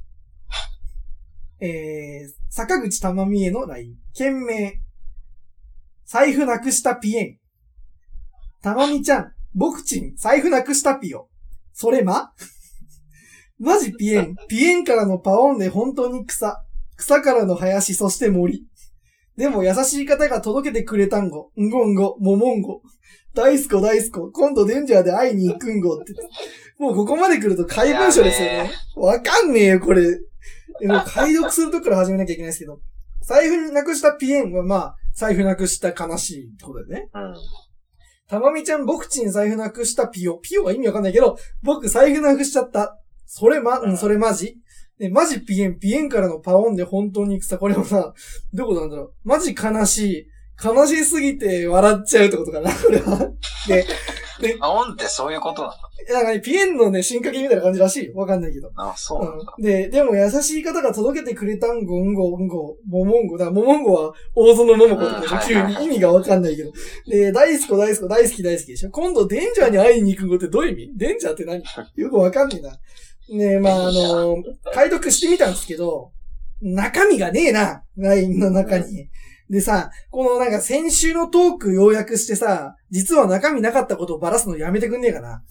えー、坂口玉美への ライン。件名。財布なくしたピエン。玉美ちゃん、僕ちん、財布なくしたピヨ。それまマジピエン。ピエンからのパオンで本当に草。草からの林、そして森。でも優しい方が届けてくれたんご。んごんご、ももんご。大好こ大好こ。今度デンジャーで会いに行くんごって。もうここまで来ると怪文書ですよね。わかんねえよ、これ。もう解読するとこから始めなきゃいけないですけど。財布になくしたピエンはまあ、財布なくした悲しいってことでね。うん。たまみちゃん、僕ちん財布なくしたピヨ。ピヨが意味わかんないけど、僕財布なくしちゃった。それま、うん、それマジで、マジピエン、ピエンからのパオンで本当に草。これはさ、どういうことなんだろう。マジ悲しい。悲しすぎて笑っちゃうってことかな、これは。で、 で、パオンってそういうことなの？ なんかね、ピエンのね、進化系みたいな感じらしいよ。わかんないけど。 あ、そうなんだ。 うん、で、でも優しい方が届けてくれたんご、んご、んご、ももんご。だから、ももんごは大園ももこって、うん、急に意味がわかんないけど。で、大好き大好き大好き大好きでしょ。今度デンジャーに会いに行くんごってどういう意味？デンジャーって何？よくわかんねえな。ねえ、まあ、あのー、解読してみたんですけど、中身がねえな、ラインの中に。でさ、このなんか先週のトーク要約してさ、実は中身なかったことをばらすのやめてくんねえかな。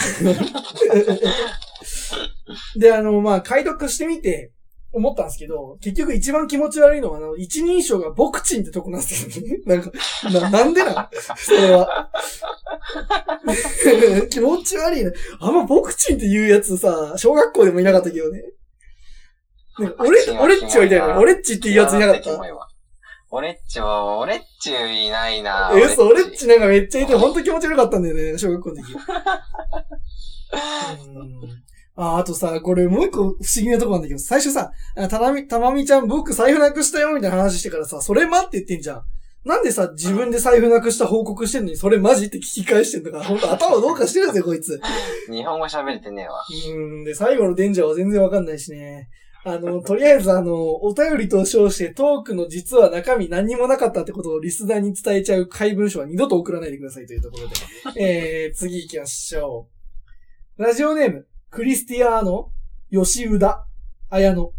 で、あの、まあ、解読してみて思ったんですけど、結局一番気持ち悪いのは、あの、一人称がボクチンってとこなんですけどね。なんか、な、なんでなそれは。気持ち悪いね。あんまボクチンって言うやつさ、小学校でもいなかったけどね。なんか俺、俺っちはいたよね。俺っちって言うやついなかった。 俺っちは、俺っちいないな。 え、そう、俺っちなんかめっちゃいて、ほんと気持ち悪かったんだよね、小学校の時。うん。 あ、あとさ、これもう一個不思議なとこなんだけど、最初さ、たなみ、たまみちゃん僕財布なくしたよみたいな話してからさ、それ待って言ってんじゃん。なんでさ、自分で財布なくした報告してんのに、それマジって聞き返してんのか、ほんと頭どうかしてるんですよ、こいつ。 日本語喋れてねえわ。 うん、で、最後のデンジャーは全然わかんないしね。あの、とりあえずあの、お便りと称してトークの実は中身何にもなかったってことをリスナーに伝えちゃう怪文書は二度と送らないでくださいというところで。えー、次行きましょう。ラジオネーム、クリスティアーノ、吉宇田、綾野。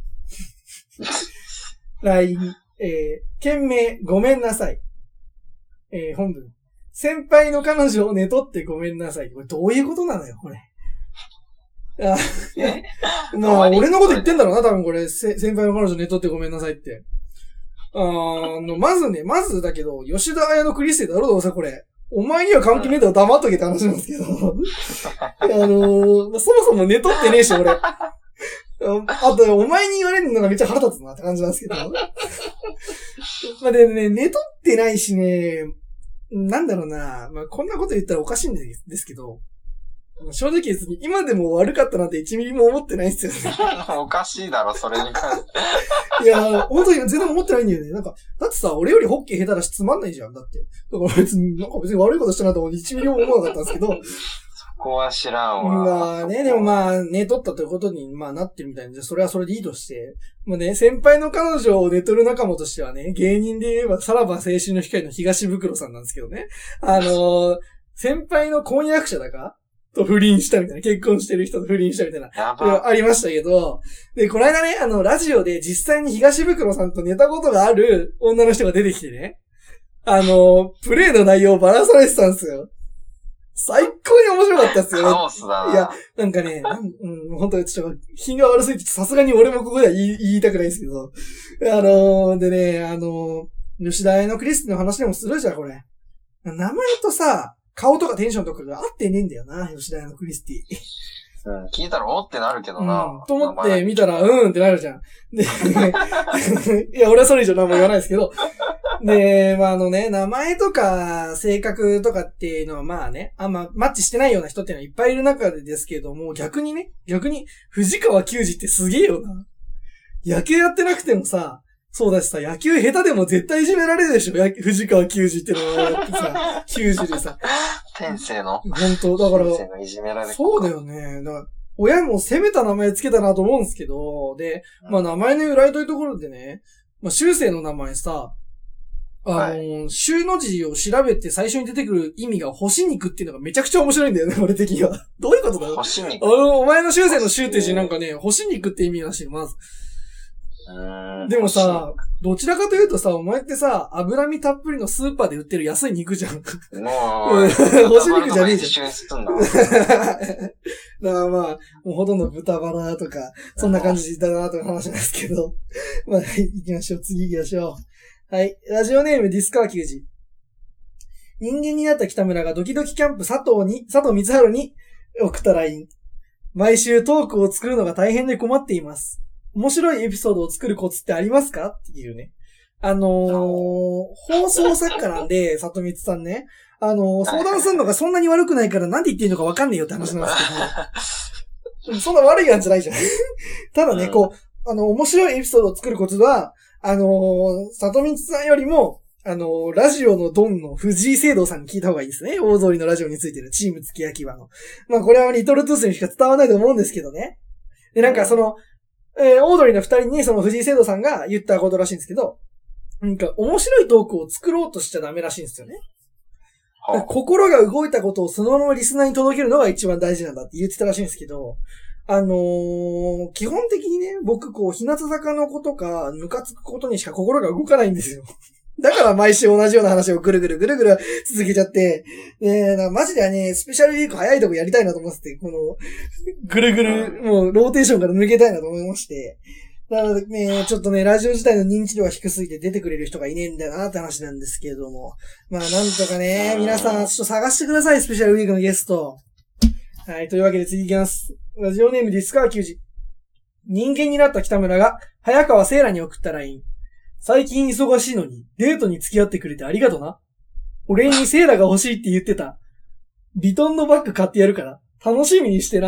ライン、えー、件名、ごめんなさい。えー、本文。先輩の彼女を寝取ってごめんなさい。これどういうことなのよ、これ。あまあ、俺のこと言ってんだろうな、多分これ。先輩の彼女寝取ってごめんなさいって。あの、まずね、まずだけど、吉田綾のクリステだろ、どうせこれ。お前には関係ねえだろ、黙っとけって話なんですけど。あのー、そもそも寝取ってねえし、俺。あと、お前に言われるのがめっちゃ腹立つなって感じなんですけど。まあ、でね、寝取ってないしね、なんだろうな、まあ、こんなこと言ったらおかしいんですけど、正直ですね、今でも悪かったなんていちミリも思ってないんですよね。 おかしいだろ、それに関して。 いや、本当に全然思ってないんだよね。なんか、だってさ、俺よりホッケー下手だしつまんないじゃん、だって。だから別に、なんか別に悪いことしたなと思っていちミリも思わなかったんですけど。 そこは知らんわ。 まあね、でもまあ、寝取ったということに、まあなってるみたいで、それはそれでいいとして。まあね、先輩の彼女を寝取る仲間としてはね、芸人で言えば、さらば青春の光の東袋さんなんですけどね。あのー、先輩の婚約者だかと不倫したみたいな、結婚してる人と不倫したみたいな、ありましたけど、で、この間ね、あの、ラジオで実際に東袋さんと寝たことがある女の人が出てきてね、あの、プレイの内容をばらされてたんですよ。最高に面白かったっすよね。 カオスだな。 いや、なんかね、なんうん、本当にちょっと、品が悪すぎて、さすがに俺もここでは言い、言いたくないですけど、あのー、でね、あのー、吉田屋のクリスティの話でもするじゃん、これ。名前とさ、顔とかテンションとかが合ってねえんだよな、吉田屋のクリスティ。 うん、聞いたらおってなるけどな。 うん、と思って見たら、うんってなるじゃん。で、いや、俺はそれ以上何も言わないですけど。で、まあ、あのね、名前とか性格とかっていうのはまあね、あんまマッチしてないような人っていうのはいっぱいいる中でですけども、逆にね、逆に藤川球児ってすげえよな。野球やってなくてもさ、そうだしさ、野球下手でも絶対いじめられるでしょ、藤川球児ってのはやってさ、球児でさ。 天性の。 本当だから、 天性のいじめられそうだよね。だから親も攻めた名前つけたなと思うんですけど、で、まあ名前の由来というところでね、まあ修正の名前さ、あの、はい、修の字を調べて最初に出てくる意味が干し肉っていうのがめちゃくちゃ面白いんだよね、俺的には。どういうことだろう干し肉あの、お前の修正の修って字なんかね、干し肉って意味らしい、まず。でもさ、どちらかというとさ、お前ってさ、脂身たっぷりのスーパーで売ってる安い肉じゃん。もう、干し肉じゃねえじゃん。だからまあ、もうほとんど豚バラとか、そんな感じだなという話なんですけど。まあ、行きましょう。次行きましょう。はい。ラジオネームディスカー球児。人間になった北村がドキドキキャンプ佐藤に、佐藤光春に送ったライン。毎週トークを作るのが大変で困っています。面白いエピソードを作るコツってありますかっていうね。あのー、放送作家なんで、里光さんね。あのー、相談するのがそんなに悪くないからなんて言っていいのかわかんねえよって話なんですけど。そんな悪いやんじゃないじゃん。ただね、こう、あの、面白いエピソードを作るコツは、あのー、里光さんよりも、あのー、ラジオのドンの藤井聖堂さんに聞いた方がいいですね。大通りのラジオについてるチーム付き焼き場の。まあこれはリトルトゥースにしか伝わらないと思うんですけどね。で、なんかその、えー、オードリーの二人にその藤井聖堂さんが言ったことらしいんですけど、なんか面白いトークを作ろうとしちゃダメらしいんですよね。心が動いたことをそのままリスナーに届けるのが一番大事なんだって言ってたらしいんですけど、あのー、基本的にね、僕こう、日向坂の子とか、ムカつくことにしか心が動かないんですよ。だから毎週同じような話をぐるぐるぐるぐる続けちゃって、ね、なんかマジでね、スペシャルウィーク早いとこやりたいなと思ってて、この、ぐるぐる、もうローテーションから抜けたいなと思いまして。なのでね、ちょっとね、ラジオ自体の認知度が低すぎて出てくれる人がいねえんだよなって話なんですけれども。まあなんとかね、皆さんちょっと探してください、スペシャルウィークのゲスト。はい、というわけで次行きます。ラジオネームディスカー球児。人間になった北村が、早川聖羅に送ったライン。最近忙しいのに、デートに付き合ってくれてありがとな。俺にセーラが欲しいって言ってた。ビトンのバッグ買ってやるから、楽しみにしてな。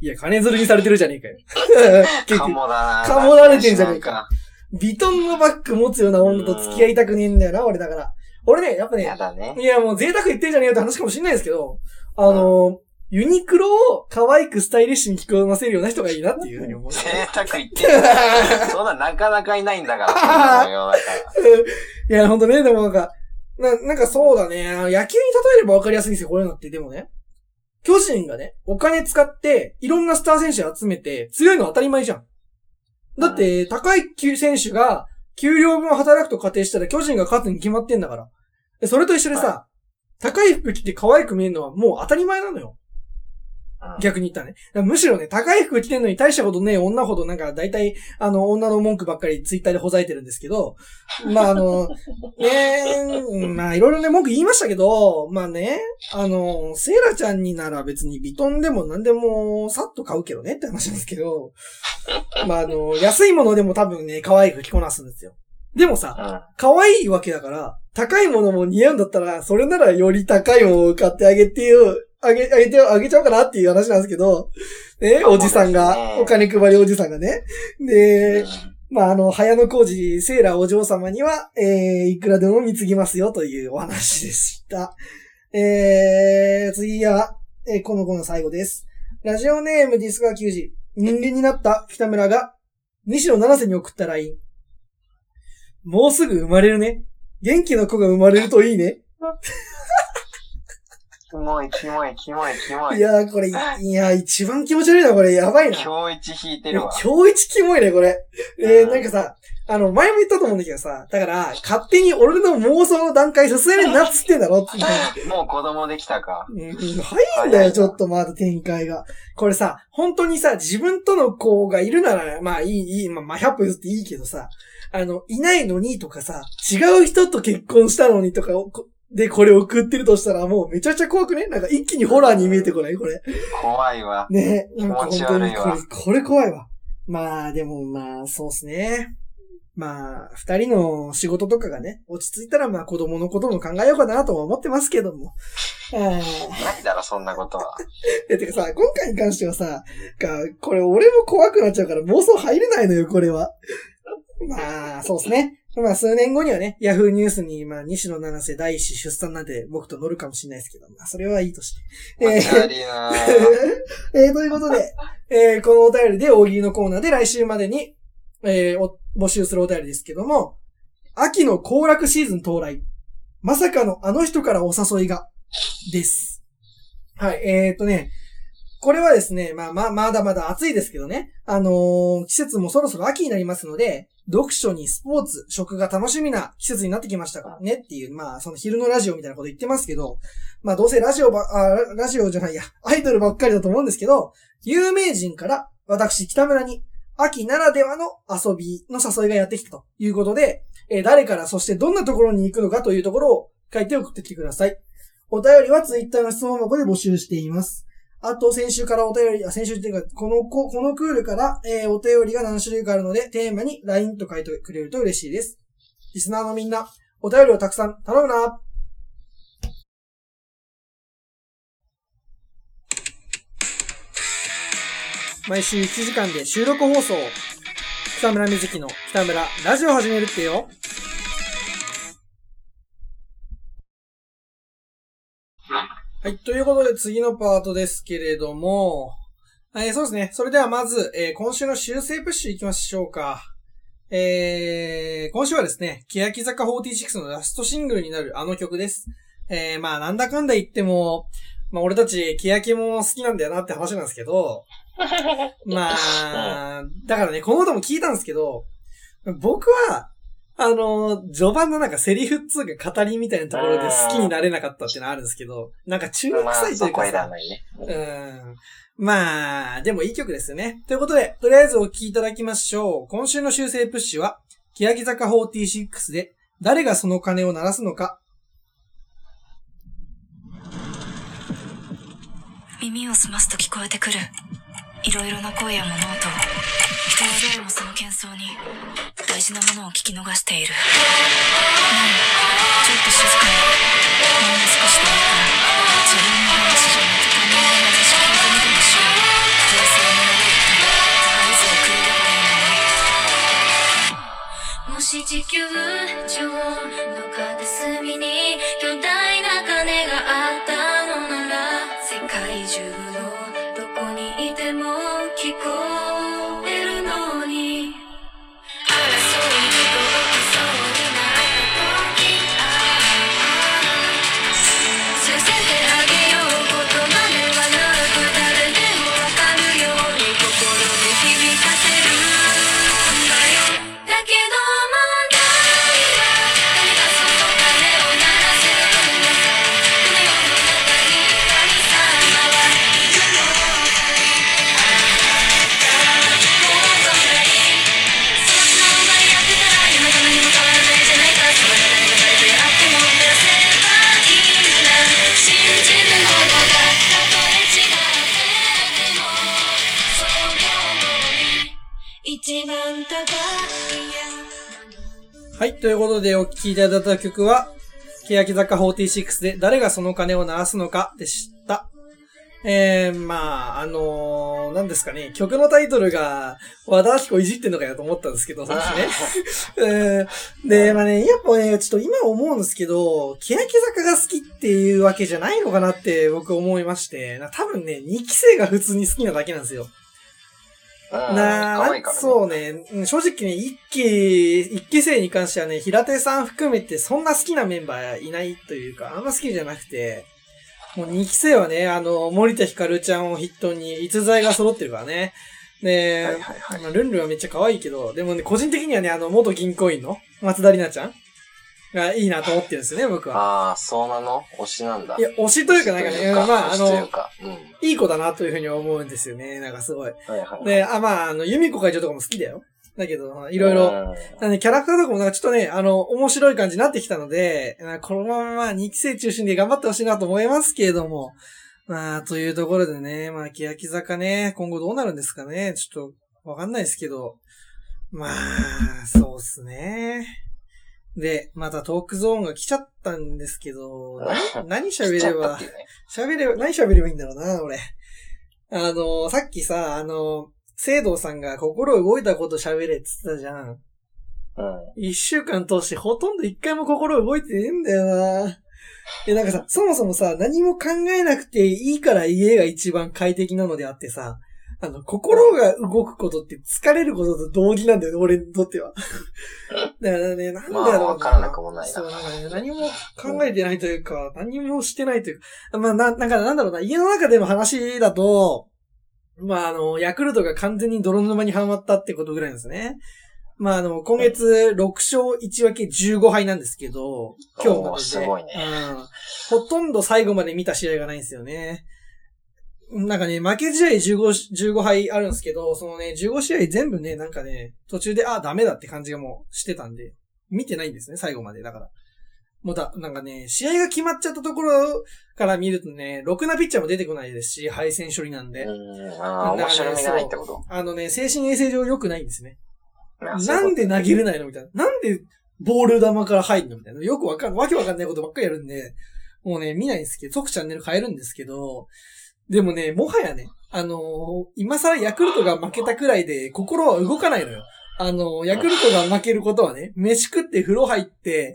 いや、金づるにされてるじゃねえかよ。 かもだな。 かもられてんじゃねえか。ビトンのバッグ持つような女と付き合いたくねえんだよな、俺だから。俺ね、やっぱね、 やだね。 いやもう贅沢言ってんじゃねえよって話かもしれないですけど、あの、うん、ユニクロを可愛くスタイリッシュに着こなせるような人がいいなっていうふうに思う。 贅沢言ってる。そんななかなかいないんだから。いや、ほんとね、でもなんか、な、なんかそうだね。野球に例えれば分かりやすいんですよ、こういうのって。でもね、巨人がね、お金使って、いろんなスター選手集めて、強いの当たり前じゃん。だって、高い選手が、給料分働くと仮定したら巨人が勝つに決まってんだから。でそれと一緒でさ、はい、高い服着て可愛く見えるのはもう当たり前なのよ。逆に言ったらね。むしろね、高い服着てんのに大したことねえ女ほどなんか大体、あの、女の文句ばっかりツイッターでほざいてるんですけど、まああの、ねまあいろいろね、文句言いましたけど、まあね、あの、セイラちゃんになら別にビトンでも何でもさっと買うけどねって話なんですけど、まああの、安いものでも多分ね、可愛く着こなすんですよ。でもさ、可愛いわけだから、高いものも似合うんだったら、それならより高いものを買ってあげてよ、あげ、あげて、あげちゃおうかなっていう話なんですけど、ね、おじさんが、お金配りおじさんがね。で、まあ、あの、早野浩二、セーラーお嬢様には、えー、いくらでも貢ぎますよというお話でした。えー、次は、えー、この子の最後です。ラジオネームディスカーきゅうじ。人間になった北村が、西野七瀬に送った ライン。もうすぐ生まれるね。元気な子が生まれるといいね。 キモい、キモい、キモい、キモい。 いやー、これ、いやー、一番気持ち悪いな、これ、やばいな。 今日一引いてるわ。 今日一キモいね、これ。えー、なんかさ、あの、前も言ったと思うんだけどさ、だから、勝手に俺の妄想の段階進めるなっつってんだろって。 もう子供できたか。 うん、早いんだよ、ちょっとまだ展開が。これさ、本当にさ、自分との子がいるなら、まあいい、いい、まあ、まあ、ひゃっぽ譲っていいけどさ、あの、いないのにとかさ、違う人と結婚したのにとか、で、これ送ってるとしたらもうめちゃくちゃ怖くね？なんか一気にホラーに見えてこないこれ。 怖いわ。 ねえ。気持ち悪いわ。 これ、これ怖いわ。まあ、でもまあ、そうっすね。まあ、二人の仕事とかがね、落ち着いたらまあ子供のことも考えようかなとは思ってますけども。 ないだろ、そんなことは。 え、てかさ、今回に関してはさ、か、これ俺も怖くなっちゃうから妄想入れないのよ、これは。まあ、そうっすね。まあ、数年後にはね、ヤフーニュースに、まあ、西野七瀬第一子出産なんて僕と乗るかもしれないですけど、まあ、それはいいとして。 えー、 えー、ということで、えー、このお便りで大喜利のコーナーで来週までに、えー、お募集するお便りですけども、秋の行楽シーズン到来。まさかのあの人からお誘いが、です。はい、えーとね、これはですね、まあまあ、まだまだ暑いですけどね。あのー、季節もそろそろ秋になりますので、読書にスポーツ、食が楽しみな季節になってきましたからねっていう、まあ、その昼のラジオみたいなこと言ってますけど、まあどうせラジオば、あ、ラジオじゃないや、アイドルばっかりだと思うんですけど、有名人から私、北村に秋ならではの遊びの誘いがやってきたということで、えー、誰からそしてどんなところに行くのかというところを書いて送ってきてください。お便りはツイッターの質問箱で募集しています。あと、先週からお便り、あ、先週っていうか、この、このクールから、えー、お便りが何種類かあるので、テーマに ライン と書いてくれると嬉しいです。リスナーのみんな、お便りをたくさん頼むな。毎週いちじかんで収録放送。北村瑞希の北村ラジオ始めるってよ。はい。ということで次のパートですけれども、えー、そうですね。それではまず、えー、今週の修正プッシュ行きましょうか。えー、今週はですね、欅坂フォーティーシックスのラストシングルになるあの曲です。えー、まあなんだかんだ言っても、まあ俺たち欅も好きなんだよなって話なんですけど、まあ、だからね、この歌も聞いたんですけど、僕は、あの、序盤のなんかセリフっつうか語りみたいなところで好きになれなかったっていうのはあるんですけど、なんか中毒臭いというかさ、 まあ、ね、 うん。まあ、でもいい曲ですよね。ということで、とりあえずお聴きいただきましょう。今週の修正プッシュは、欅坂フォーティーシックスで、誰がその鐘を鳴らすのか。 耳を澄ますと聞こえてくる。いろいろな声や物音。人は誰もその喧騒に大事なものを聞き逃している。なに、ちょっと静かに。ほんの少しでいいから、自分の話じゃなく他人の話聞いてみてほしい。平成球上の片隅に巨大な鐘があったのなら、世界中のどこにいても聞こえるのに、争いにと起きそうになった時、ああさせてあげようことまではなく、誰でもわかるように心に響かせるんだよ。だけど問題は誰がその鐘を鳴らせるんだか、この世の中に神様はいるのかい、ああもうそんなにその素直がやってたら今と何も変わらないじゃないか。そばで誰か誰であっても照らせばいいんだ。信じるものがたとえ違っても、そう思うに一番高いや。 はい。ということで、お聴きいただいた曲は、欅坂フォーティーシックスで誰がその鐘を鳴らすのかでした。えー、まあ、あのー、何ですかね、曲のタイトルが、和田アキ子いじってんのかよと思ったんですけど、さっきね。えー、で、まあね、やっぱね、ちょっと今思うんですけど、欅坂が好きっていうわけじゃないのかなって僕思いまして、多分ね、にき生が普通に好きなだけなんですよ。なあ、ね、そうね。正直ね、一期、一期生に関してはね、平手さん含めてそんな好きなメンバーいないというか、あんま好きじゃなくて、もう二期生はね、あの、森田ひかるちゃんを筆頭に逸材が揃ってるからね。で、はいはいはい、まあ、ルンルンはめっちゃ可愛いけど、でもね、個人的にはね、あの、元銀行員の松田里奈ちゃんがいいなと思ってるんですよね、僕は。 ああ、そうなの？推しなんだ。 いや、推しというかなんかね、かまあ、あの、うん、いい子だなというふうに思うんですよね、なんかすごい。はいはいはい、で、あ、まあ、あの、由美子会長とかも好きだよ。だけど、いろいろ、なんでキャラクターとかもなんかちょっとね、あの、面白い感じになってきたので、このままにき生中心で頑張ってほしいなと思いますけれども、まあ、というところでね、まあ、欅坂ね、今後どうなるんですかね、ちょっと、わかんないですけど、まあ、そうっすね。で、またトークゾーンが来ちゃったんですけど、何喋れば、喋れば、何喋ればいいんだろうな、俺。あの、さっきさ、あの、聖堂さんが心動いたこと喋れって言ってたじゃん。うん。一週間通してほとんど一回も心動いてねえんだよな。で、なんかさ、そもそもさ、何も考えなくていいから家が一番快適なのであってさ、あの、心が動くことって疲れることと同義なんだよ、俺にとっては。だからね、なんだろうな。まあ、 わからなくもないな。 そう、なんかね、何も考えてないというか、うん、何もしてないというか、まあ、な、なんかなんだろうな、家の中での話だと、まあ、あの、ヤクルトが完全に泥沼にはまったってことぐらいですね。まあ、あの、今月ろくしょういちわけじゅうごはいなんですけど、今日までで。 すごいね。 うん。ほとんど最後まで見た試合がないんですよね。なんかね、負け試合じゅうご、じゅうごはいあるんですけど、そのね、じゅうごしあい全部ね、なんかね、途中で、あ、ダメだって感じがもうしてたんで、見てないんですね、最後まで。だから。もうだ、なんかね、試合が決まっちゃったところから見るとね、ろくなピッチャーも出てこないですし、敗戦処理なんで。 うん、ああ、面白みがないってこと？ あのね、精神衛生上良くないんですね。なんで投げれないのみたいな。なんでボール球から入るのみたいな。よくわかん、わけわかんないことばっかりやるんで、もうね、見ないんですけど、即チャンネル変えるんですけど、でもね、もはやね、あのー、今更ヤクルトが負けたくらいで心は動かないのよ。あのー、ヤクルトが負けることはね、飯食って風呂入って、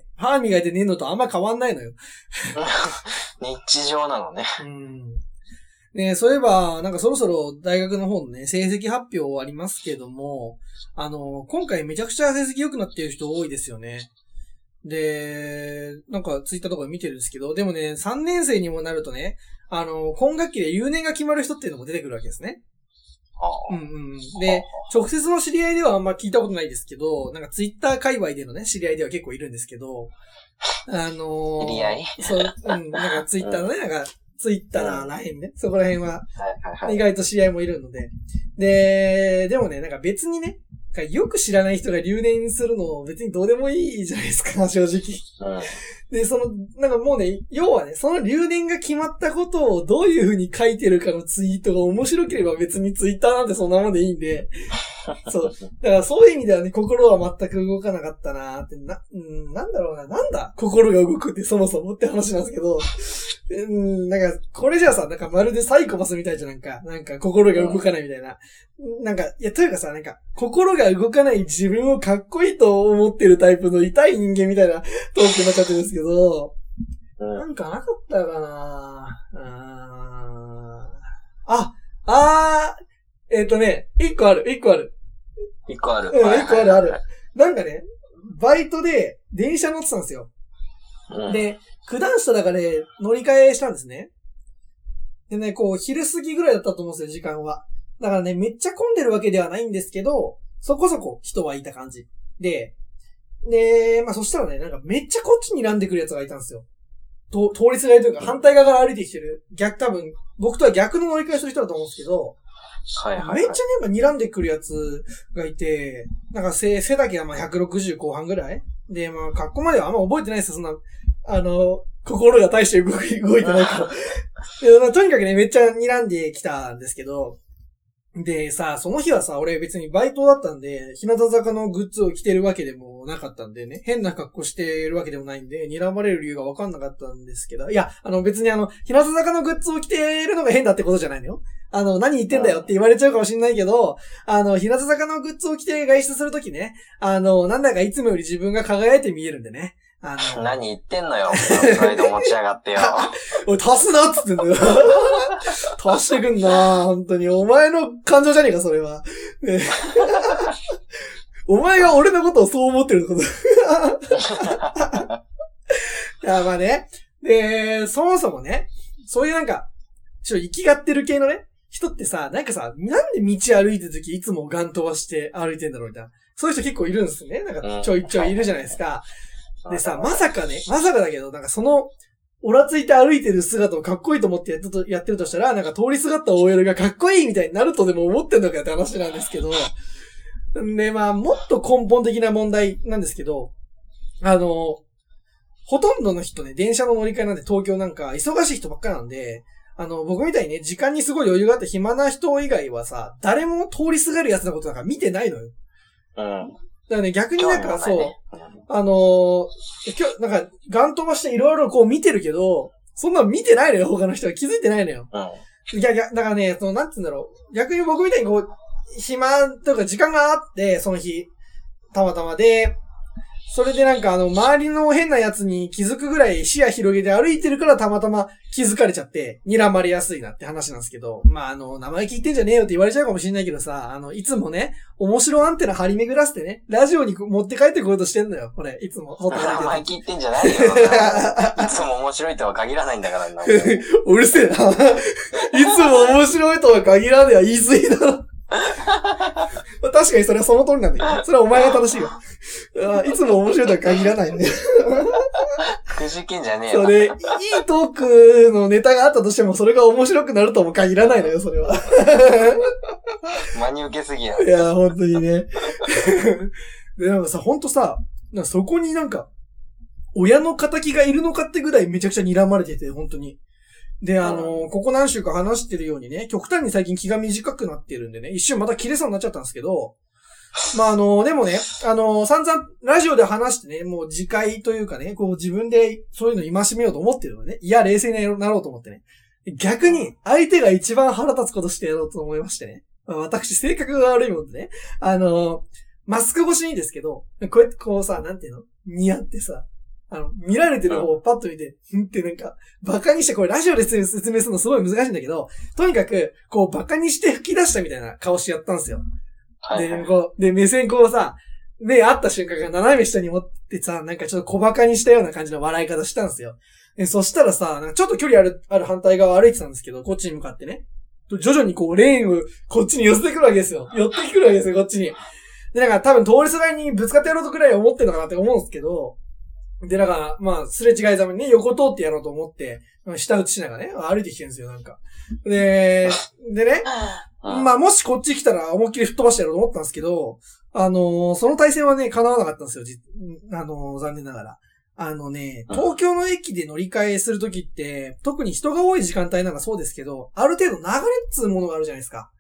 歯磨いて寝るのとあんま変わんないのよ。 日常なのね。 うん。ね、そういえば、なんかそろそろ大学の方のね、成績発表ありますけども、あのー、今回めちゃくちゃ成績良くなっている人多いですよね。で、なんかツイッターとか見てるんですけど、でもね、さんねん生にもなるとね、あの、今学期で留年が決まる人っていうのも出てくるわけですね。 ああ。 うんうん。で、直接の知り合いではあんま聞いたことないですけど、なんかツイッター界隈でのね、知り合いでは結構いるんですけど、あのー、 知り合いそう、うん、なんかツイッターのね、うん、なんか、ツイッターらへんね、そこら辺は、意外と知り合いもいるので。で、でもね、なんか別にね、よく知らない人が留年するの別にどうでもいいじゃないですか、正直。うん、で、その、なんかもうね、要はね、その留年が決まったことをどういう風に書いてるかのツイートが面白ければ別にツイッターなんてそんなもんでいいんで、 そう。だからそういう意味ではね、心は全く動かなかったなーって、な、うん、なんだろうな、なんだ心が動くってそもそもって話なんですけど、うん、なんか、これじゃあさ、なんかまるでサイコパスみたいじゃん、なんか、なんか心が動かないみたいな。うん、なんか、いや、というかさ、なんか、心が動かない自分をかっこいいと思ってるタイプの痛い人間みたいなトークになっちゃってるんですけど、なんかなかったかなぁ。あ、あー、えっ、ー、とね、一個ある、一個ある。 一個ある。 うん、一個あるある。なんかね、バイトで電車乗ってたんですよ。うん、で、九段下だからね、乗り換えしたんですね。でね、こう、昼過ぎぐらいだったと思うんですよ、時間は。だからね、めっちゃ混んでるわけではないんですけど、そこそこ人はいた感じ。で、で、まあそしたらね、なんかめっちゃこっちに睨んでくる奴がいたんですよ。と通りすがりというか、反対側から歩いてきてる。逆、多分、僕とは逆の乗り換えする人だと思うんですけど、はいはいはい、めっちゃね、睨んでくるやつがいて、なんか背、背丈はまあひゃくろくじゅう後半ぐらいで、まあ、格好まではあんま覚えてないですよ、そんな、あの、心が大して動い動いてないから。で、まあ、とにかくね、めっちゃ睨んできたんですけど、で、さ、その日はさ、俺別にバイトだったんで、日向坂のグッズを着てるわけでもなかったんでね、変な格好してるわけでもないんで、睨まれる理由がわかんなかったんですけど、いや、あの別にあの、日向坂のグッズを着てるのが変だってことじゃないのよ。あの、何言ってんだよって言われちゃうかもしんないけど、あの、日向坂のグッズを着て外出するときね、あの、なんだかいつもより自分が輝いて見えるんでね。あの、 何言ってんのよ。プライド持ち上がってよ。 おい、足すなっつってんだよ。足してくんな本当に。お前の感情じゃねえか、それは。ね、お前が俺のことをそう思ってるってこと。いや、まあね。で、そもそもね、そういうなんか、ちょ、生きがってる系のね、人ってさ、なんかさ、なんで道歩いてるときいつもガン飛ばして歩いてんだろうみたいな。そういう人結構いるんですね。なんか、ちょいちょいいるじゃないですか。でさ、まさかね、まさかだけど、なんかその、オラついて歩いてる姿をかっこいいと思ってやってとやってるとしたら、なんか通りすがった オーエル がかっこいいみたいになるとでも思ってんのかって話なんですけど。で、まあ、もっと根本的な問題なんですけど、あの、ほとんどの人ね、電車の乗り換えなんて東京なんか忙しい人ばっかりなんで、あの、僕みたいにね、時間にすごい余裕があって暇な人以外はさ、誰も通りすがるやつのことなんか見てないのよ。 うん。 だからね、逆になんかそう、あのー、今日、なんか、ガン飛ばしていろいろこう見てるけど、そんなの見てないのよ、他の人は気づいてないのよ。うん。いや、いや、だからね、その、なんつうんだろう。逆に僕みたいにこう、暇とか時間があって、その日、たまたまで、それでなんかあの、周りの変なやつに気づくぐらい視野広げて歩いてるからたまたま気づかれちゃって、睨まれやすいなって話なんですけど、まああの、生意気言ってんじゃねえよって言われちゃうかもしれないけどさ、あの、いつもね、面白アンテナ張り巡らせてね、ラジオに持って帰ってこようとしてんのよ、これ、いつも。 生意気言ってんじゃないよ。いつも面白いとは限らないんだからな。 うるせえな。いつも面白いとは限らねえは言い過ぎだろ。確かにそれはその通りなんだけど、それはお前が正しいよ。いつも面白いとは限らないんだよ。 くじけんじゃねえよ。 それ、いいトークのネタがあったとしても、それが面白くなるとも限らないのよ、それは。 真に受けすぎや。 いや、本当にね。で、なんかさ、ほんとさ、なんかそこになんか、親の仇がいるのかってぐらいめちゃくちゃ睨まれてて、本当に。で、あのー、ここ何週か話してるようにね、極端に最近気が短くなってるんでね、一瞬また切れそうになっちゃったんですけど、まあ、あのー、でもね、あのー、散々ラジオで話してね、もう自戒というかね、こう自分でそういうの戒めようと思ってるのね。いや、冷静になろうと思ってね。逆に、相手が一番腹立つことしてやろうと思いましてね。まあ、私、性格が悪いもんでね。あのー、マスク越しにですけど、こうやってこうさ、なんていうの似合ってさ、あの、見られてる方をパッと見て、んってなんか、バカにして、これラジオで説明するのすごい難しいんだけど、とにかく、こうバカにして吹き出したみたいな顔してやったんですよ。はいはい、で、こう、で、目線こうさ、目合った瞬間が斜め下に持ってさ、なんかちょっと小バカにしたような感じの笑い方したんですよ。で、そしたらさ、なんかちょっと距離ある、ある反対側歩いてたんですけど、こっちに向かってね。徐々にこう、レーンをこっちに寄せてくるわけですよ。寄ってくるわけですよ、こっちに。で、なんか多分通りすがりにぶつかってやろうとくらい思ってるのかなって思うんですけど、で、だから、まあ、すれ違いざまにね、横通ってやろうと思って、下打ちしながらね、歩いてきてるんですよ、なんか。で、でね、まあ、もしこっち来たら思いっきり吹っ飛ばしてやろうと思ったんですけど、あのー、その対戦はね、叶わなかったんですよ、じあのー、残念ながら。あのね、東京の駅で乗り換えするときって、特に人が多い時間帯ならそうですけど、ある程度流れっつうものがあるじゃないですか。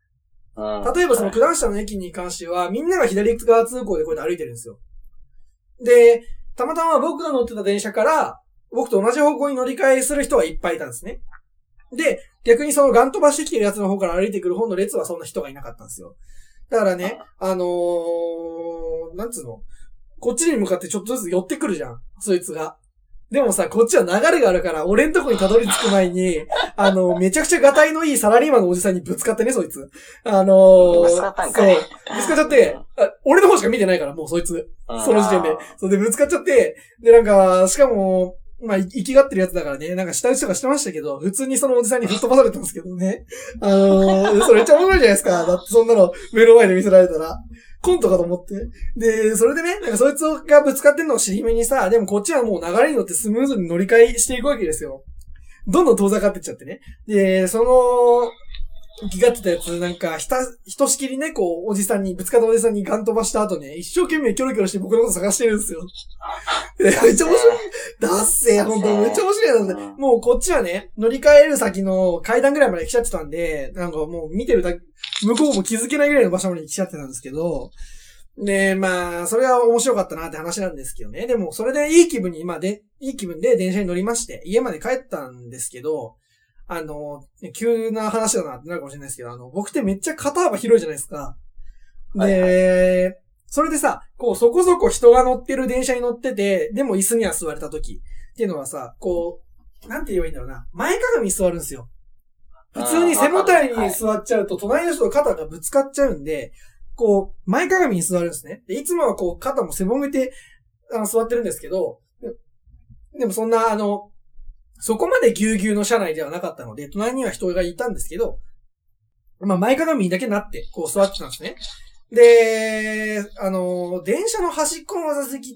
例えばその九段下の駅に関しては、みんなが左側通行でこうやって歩いてるんですよ。で、たまたま僕が乗ってた電車から、僕と同じ方向に乗り換えする人はいっぱいいたんですね。で、逆にそのガン飛ばしてきてるやつの方から歩いてくる方の列はそんな人がいなかったんですよ。だからね、あのー、なんつうの、こっちに向かってちょっとずつ寄ってくるじゃん、そいつが。でもさ、こっちは流れがあるから、俺んとこにたどり着く前に、あの、めちゃくちゃガタイのいいサラリーマンのおじさんにぶつかってね、そいつ。あのー、 ぶつかったんかい。 そう。ぶつかっちゃって、あ、俺の方しか見てないから、もうそいつ。その時点で。そうで、ぶつかっちゃって、で、なんか、しかも、まあ、生きがってるやつだからね、なんか下打ちとかしてましたけど、普通にそのおじさんに吹っ飛ばされたんですけどね。あのー、それめっちゃ面白いじゃないですか。だってそんなの目の前で見せられたら。コントかと思って。で、それでね、なんかそいつがぶつかってんのを尻目にさ、でもこっちはもう流れに乗ってスムーズに乗り換えしていくわけですよ。どんどん遠ざかってっちゃってね。で、その、生きがってたやつ、なんか、ひた、ひとしきりね、こう、おじさんに、ぶつかったおじさんにガン飛ばした後ね、一生懸命キョロキョロして僕のこと探してるんですよ。めっちゃ面白い。だっせー、ほんと、めっちゃ面白いなんで、もうこっちはね、乗り換える先の階段ぐらいまで来ちゃってたんで、なんかもう見てるだけ、向こうも気づけないぐらいの場所まで来ちゃってたんですけど、で、まあ、それは面白かったなって話なんですけどね。でも、それでいい気分に、まあで、いい気分で電車に乗りまして、家まで帰ったんですけど、あの、急な話だなってなるかもしれないですけど、あの、僕ってめっちゃ肩幅広いじゃないですか。で、はいはい、それでさ、こう、そこそこ人が乗ってる電車に乗ってて、でも椅子には座れた時っていうのはさ、こう、なんて言えばいいんだろうな。前かがみに座るんですよ。普通に背もたれに座っちゃうと、隣の人と肩がぶつかっちゃうんで、こう、前かがみに座るんですね。で、いつもはこう、肩も背ぼめて、あの、座ってるんですけど、でもそんな、あの、そこまでぎゅうぎゅうの車内ではなかったので、隣には人がいたんですけど、まあ前かがみにだけなって、こう座ってたんですね。で、あの、電車の端っこの座席って、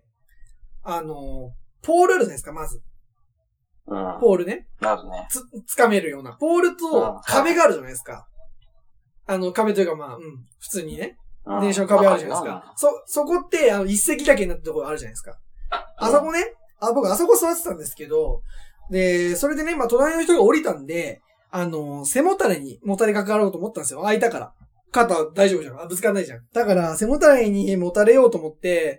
あの、ポールあるじゃないですか、まず。 うん、 ポールね。 なるね。 つ、掴めるような。ポールと壁があるじゃないですか。あの、壁というかまあ、うん、普通にね。電車の壁あるじゃないですか。そ、そこって、あの、一席だけになったところあるじゃないですか。あそこね、あ、僕あそこ座ってたんですけど、で、それでね、まあ、隣の人が降りたんで、あの、背もたれにもたれかかろうと思ったんですよ。空いたから。肩大丈夫じゃん。あ、ぶつかんないじゃん。だから、背もたれにもたれようと思って、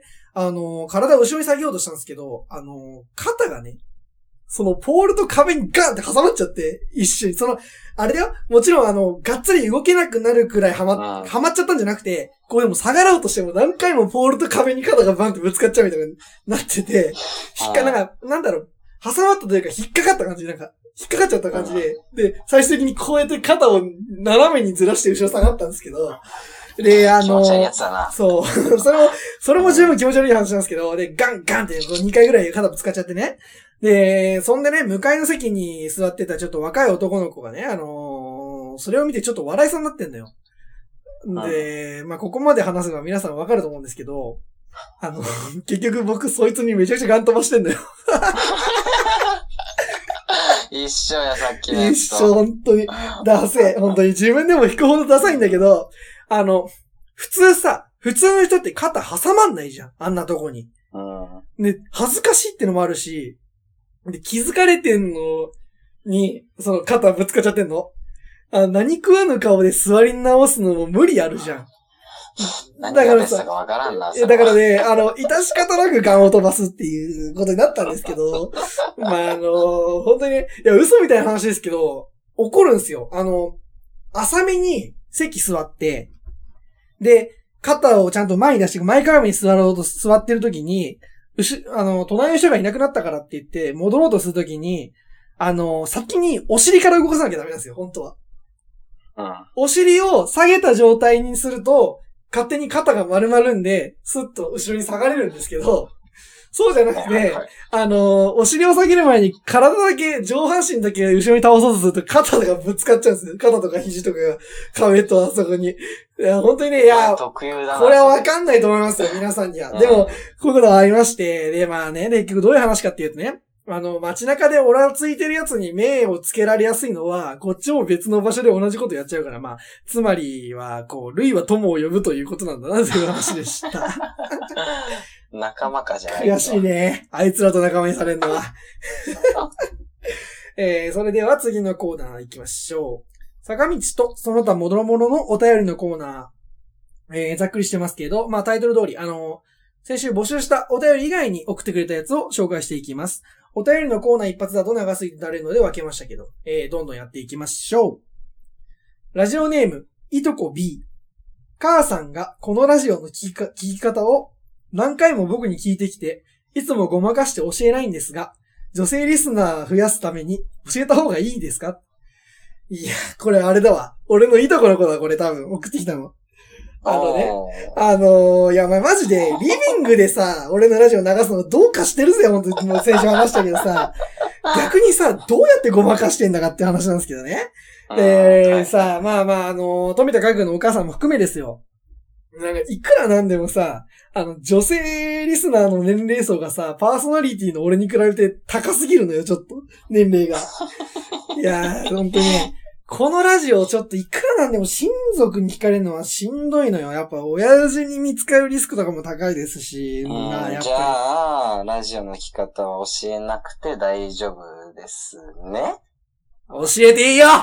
あの、体を後ろに下げようとしたんですけど、あの、肩がね、そのポールと壁にガーンって挟まっちゃって、一瞬に。その、あれだよ。もちろんあの、がっつり動けなくなるくらいはま、はまっちゃったんじゃなくて、こうでも下がろうとしても何回もポールと壁に肩がバンってぶつかっちゃうみたいになってて、引っか、なんか、なんだろう、挟まったというか引っかかった感じ、なんか、引っかかっちゃった感じで、で、最終的にこうやって肩を斜めにずらして後ろ下がったんですけど、で、あの、 気持ち悪いやつだな。 そう。それも、それも十分気持ち悪い話なんですけど、で、ガンガンってにかいぐらい肩ぶつかっちゃってね。で、そんでね、向かいの席に座ってたちょっと若い男の子がね、あのー、それを見てちょっと笑いそうになってんだよ。で、まあ、ここまで話せば皆さんわかると思うんですけど、あの、結局僕そいつにめちゃくちゃガン飛ばしてんだよ。 一緒や、さっきのやつ一緒、本当に。ダセえ。本当に自分でも引くほどダサいんだけど、あの、普通さ、普通の人って肩挟まんないじゃん。あんなとこに。 うん。 で、恥ずかしいってのもあるし、で、気づかれてんのに、その肩ぶつかっちゃってんの。あ、何食わぬ顔で座り直すのも無理あるじゃん。 だからさ、わからんな。 だからね、あの、致し方なくガンを飛ばすっていうことになったんですけど、まあ、あの、本当にね、いや、嘘みたいな話ですけど、怒るんですよ。あの、浅めに席座って、で、肩をちゃんと前に出して、前かがみに座ろうと座ってる時に、うし、あの、隣の人がいなくなったからって言って、戻ろうとするときに、あの、先にお尻から動かさなきゃダメなんですよ、本当は。 うん。 お尻を下げた状態にすると、勝手に肩が丸まるんで、スッと後ろに下がれるんですけど、そうじゃなくて、はいはい、あの、お尻を下げる前に体だけ、上半身だけ後ろに倒そうとすると肩がぶつかっちゃうんですよ。肩とか肘とかが壁とあそこに。いや、本当にね、いや、 特有だな。 これはわかんないと思いますよ、皆さんには。でも、こういうことがありまして、で、まあね、で、結局どういう話かっていうとね、あの、街中でオラついてるやつに目をつけられやすいのは、こっちも別の場所で同じことやっちゃうから、まあ、つまりは、こう、類は友を呼ぶということなんだな、という話でした。 仲間かじゃない。 悔しいね。あいつらと仲間にされるのは。えー、それでは次のコーナー行きましょう。 坂道とその他もろもろのお便りのコーナー、えー、ざっくりしてますけど、まあタイトル通り、あの、先週募集したお便り以外に送ってくれたやつを紹介していきます。お便りのコーナー一発だと長すぎてだれるので分けましたけど、えー、どんどんやっていきましょう。ラジオネーム、いとこ B。母さんがこのラジオの聞きか、聞き方を何回も僕に聞いてきて、いつもごまかして教えないんですが、女性リスナー増やすために教えた方がいいですか？いや、これあれだわ。俺のいとこの子だ、これ多分送ってきたの。あのね、あのー、いや、まあ、マジで、リビングでさ、俺のラジオ流すのどうかしてるぜ、ほんとに。もう先週話したけどさ、逆にさ、どうやってごまかしてんだかって話なんですけどね。で、さ、まあまあ、あのー、富田かぐのお母さんも含めですよ。なんか、いくらなんでもさ、あの、女性リスナーの年齢層がさ、パーソナリティの俺に比べて高すぎるのよ、ちょっと。年齢が。いやー、ほんとにね。このラジオちょっといくらなんでも親族に聞かれるのはしんどいのよ。やっぱ親父に見つかるリスクとかも高いですし。 まあ、やっぱりじゃあ、ラジオの聞き方は教えなくて大丈夫ですね。 教えていいよ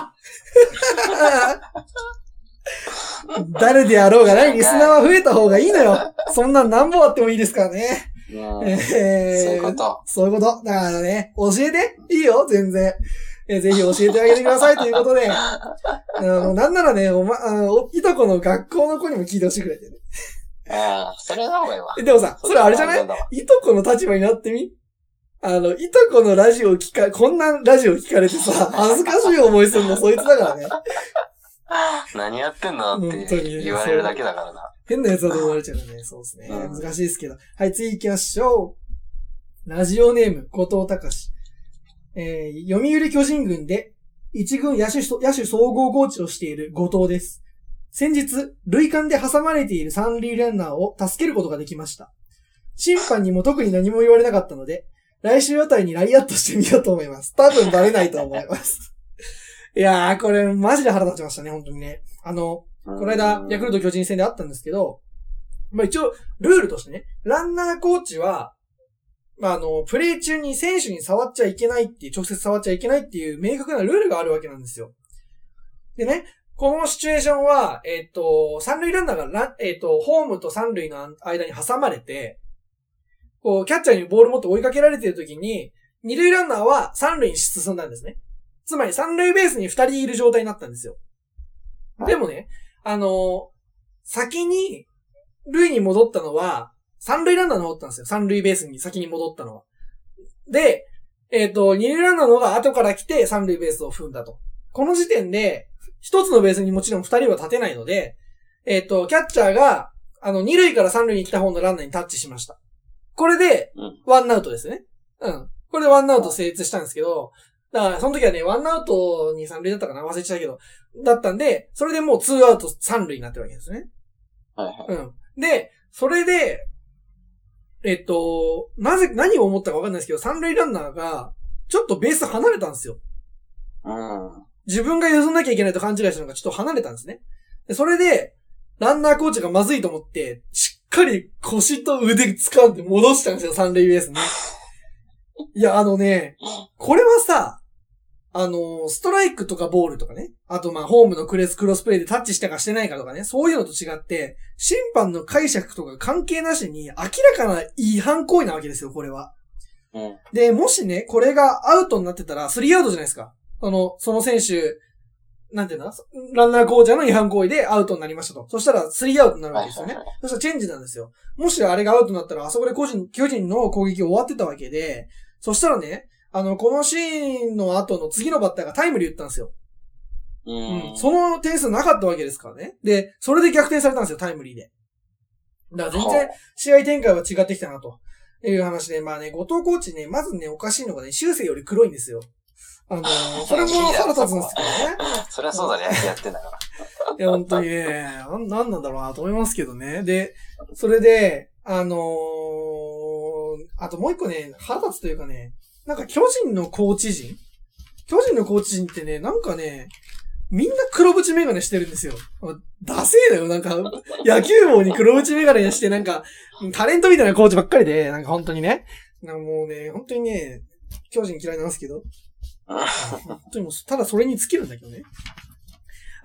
誰であろうがないリスナーは増えた方がいいのよ。そんなん何本あってもいいですからね。 うん、えー、そういうこと。 そういうこと。だからね、教えていいよ、全然。えぜひ教えてあげてくださいということで、あの、なんならね、おま、あの、いとこの学校の子にも聞いてほしいくらいでね。 ああ、それの方がいいわ。 でもさ、それあれじゃないいとこの立場になってみあの、いとこのラジオを聞か、こんなラジオ聞かれてさ、恥ずかしい思いするのそいつだからね。 何やってんのって言われるだけだからな。 変なやつだと思われちゃうね。そうですね、うん。難しいですけど。はい、次行きましょう。ラジオネーム、後藤隆。えー、読売巨人軍で一軍野手、野手総合コーチをしている後藤です。先日、塁間で挟まれている三塁ランナーを助けることができました。審判にも特に何も言われなかったので、来週あたりにライアットしてみようと思います。多分バレないと思います。いやー、これマジで腹立ちましたね、本当にね。あの、この間、ヤクルト巨人戦であったんですけど、まあ一応、ルールとしてね、ランナーコーチは、まあ、あの、プレイ中に選手に触っちゃいけないっていう、直接触っちゃいけないっていう明確なルールがあるわけなんですよ。でね、このシチュエーションは、えっと、三塁ランナーがラ、えっと、ホームと三塁の間に挟まれて、こう、キャッチャーにボール持って追いかけられている時に、二塁ランナーは三塁に進んだんですね。つまり三塁ベースに二人いる状態になったんですよ。でもね、あの、先に、塁に戻ったのは、三塁ランナーの方だったんですよ。三塁ベースに先に戻ったのは。で、えっと、二塁ランナーの方が後から来て三塁ベースを踏んだと。この時点で、一つのベースにもちろん二人は立てないので、えっと、キャッチャーが、あの、二塁から三塁に来た方のランナーにタッチしました。これで、ワンアウトですね。うん。これでワンアウト成立したんですけど、だから、その時はね、ワンアウトに三塁だったかな忘れちゃったけど、だったんで、それでもうツーアウト三塁になってるわけですね。 はいはい。 うん。で、それで、えっと、なぜ、何を思ったかわかんないですけど、三塁ランナーが、ちょっとベース離れたんですよ。 うん。 自分が譲んなきゃいけないと勘違いしたのがちょっと離れたんですね。でそれで、ランナーコーチがまずいと思って、しっかり腰と腕掴んで戻したんですよ、三塁ベースに。いや、あのね、これはさ、あの、ストライクとかボールとかね、あとまあ、ホームのクレスクロスプレイでタッチしたかしてないかとかね、そういうのと違って、審判の解釈とか関係なしに明らかな違反行為なわけですよ、これは。 うん、 で、もしね、これがアウトになってたら、スリーアウトじゃないですか。あの、その選手、なんていうのランナーコーチャーの違反行為でアウトになりましたと。そしたら、スリーアウトになるわけですよね。そしたらチェンジなんですよ。もしあれがアウトになったら、あそこで個人、巨人の攻撃終わってたわけで、そしたらね、あの、このシーンの後の次のバッターがタイムリー打ったんですよ。 うん。 うん。その点数なかったわけですからね。で、それで逆転されたんですよ、タイムリーで。だから全然、試合展開は違ってきたな、という話で、まあね、後藤コーチね、まずね、おかしいのがね、修正より黒いんですよ。あのー、それも腹立つんですけどね。 それはそうだね、野球やってんだから。 いや、本当にね、な、なんなんだろうなと思いますけどね。で、それで、あのー、あともう一個ね、腹立つというかね、なんか巨人のコーチ陣巨人のコーチ陣ってね、なんかね、みんな黒縁メガネしてるんですよ。ダセーだよ、なんか、野球帽に黒縁メガネして、なんか、タレントみたいなコーチばっかりで、なんか本当にね。なんかもうね、本当にね、巨人嫌いなんですけど。本当にもう、ただそれに尽きるんだけどね。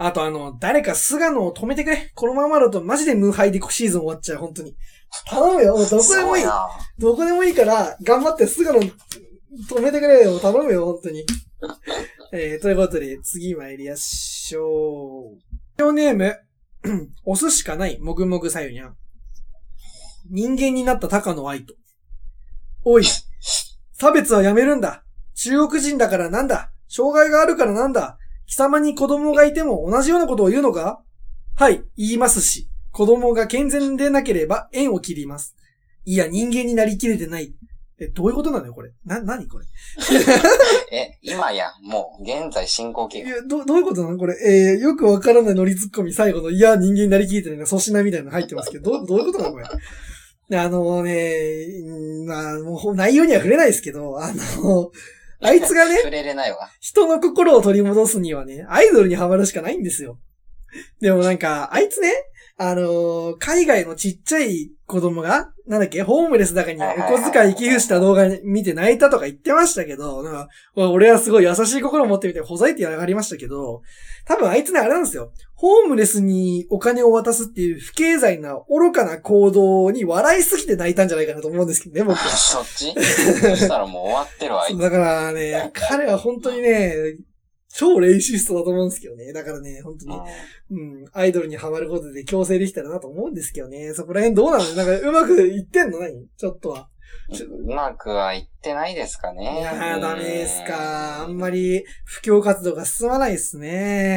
あとあの、誰か菅野を止めてくれ。このままだとマジで無敗でシーズン終わっちゃう、本当に。頼むよ、もうどこでもいい。どこでもいいから、頑張って菅野止めてくれよ、頼むよ、本当に。えー、ということで、次参りましょう。ラジオネーム、押すしかない、もぐもぐさゆにゃん。人間になった高野愛と。おい、差別はやめるんだ。中国人だからなんだ。障害があるからなんだ。貴様に子供がいても同じようなことを言うのか？はい、言いますし。子供が健全でなければ縁を切ります。いや、人間になりきれてない。え、どういうことなのよ、これ。な、なにこれ。 え、今や、もう、現在進行形。 いや、ど、どういうことなのこれ。えー、よくわからないノリツッコミ最後の、いや、人間になりきれてないな、粗品みたいなの入ってますけど、どう、どういうことなのこれ。あのね、まあ、もう内容には触れないですけど、あの、あいつがね、 触れれないわ。 人の心を取り戻すにはね、アイドルにハマるしかないんですよ。でもなんか、あいつね、あのー、海外のちっちゃい子供が、なんだっけ、ホームレスだかにお小遣い寄付した動画見て泣いたとか言ってましたけど、なんか俺はすごい優しい心を持ってみてほざいてやがりましたけど、多分あいつね、あれなんですよ。ホームレスにお金を渡すっていう不経済な愚かな行動に笑いすぎて泣いたんじゃないかなと思うんですけどね、僕は。 そっちそしたらもう終わってるわ、あいつ。 だからね、彼は本当にね、超レイシストだと思うんですけどね。だからね、本当に、うん、アイドルにハマることで強制できたらなと思うんですけどね。そこら辺どうなの？なんかうまくいってんの？何？ちょっとは。 うまくはいってないですかね。 いやー、ダメですか。あんまり布教活動が進まないですね。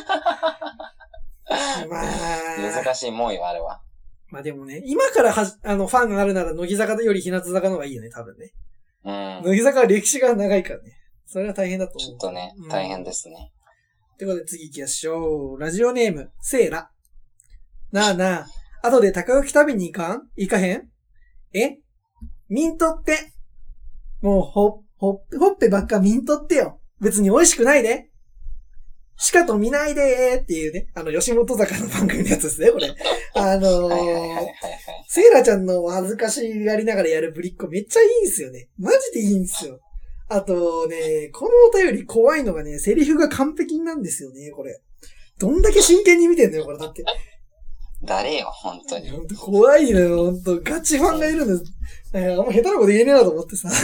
まあ。 難しいもんよ、あれは。 まあでもね、今からはあの、ファンがなるなら乃木坂より日向坂の方がいいよね、多分ね。 うん。 乃木坂は歴史が長いからね。それは大変だと思う。 ちょっとね、うん、大変ですね。 ということで次行きましょう。ラジオネーム、セーラ。なあなあ、後で高垣食べに行かん？行かへん？え？ミントって。もう、ほ、ほ、ほっぺばっかミントってよ。別に美味しくないで。しかと見ないでーっていうね。あの、吉本坂の番組のやつですね、これ。あのー、セイラちゃんの恥ずかしがりながらやるぶりっ子めっちゃいいんすよね。マジでいいんすよ。あとね、このお便り怖いのがね、セリフが完璧なんですよね、これ。どんだけ真剣に見てんのよ、これ。だって。 誰よ、本当に。 本当怖いのよ、本当ガチファンがいるんです。あんま下手なこと言えねえなと思ってさ。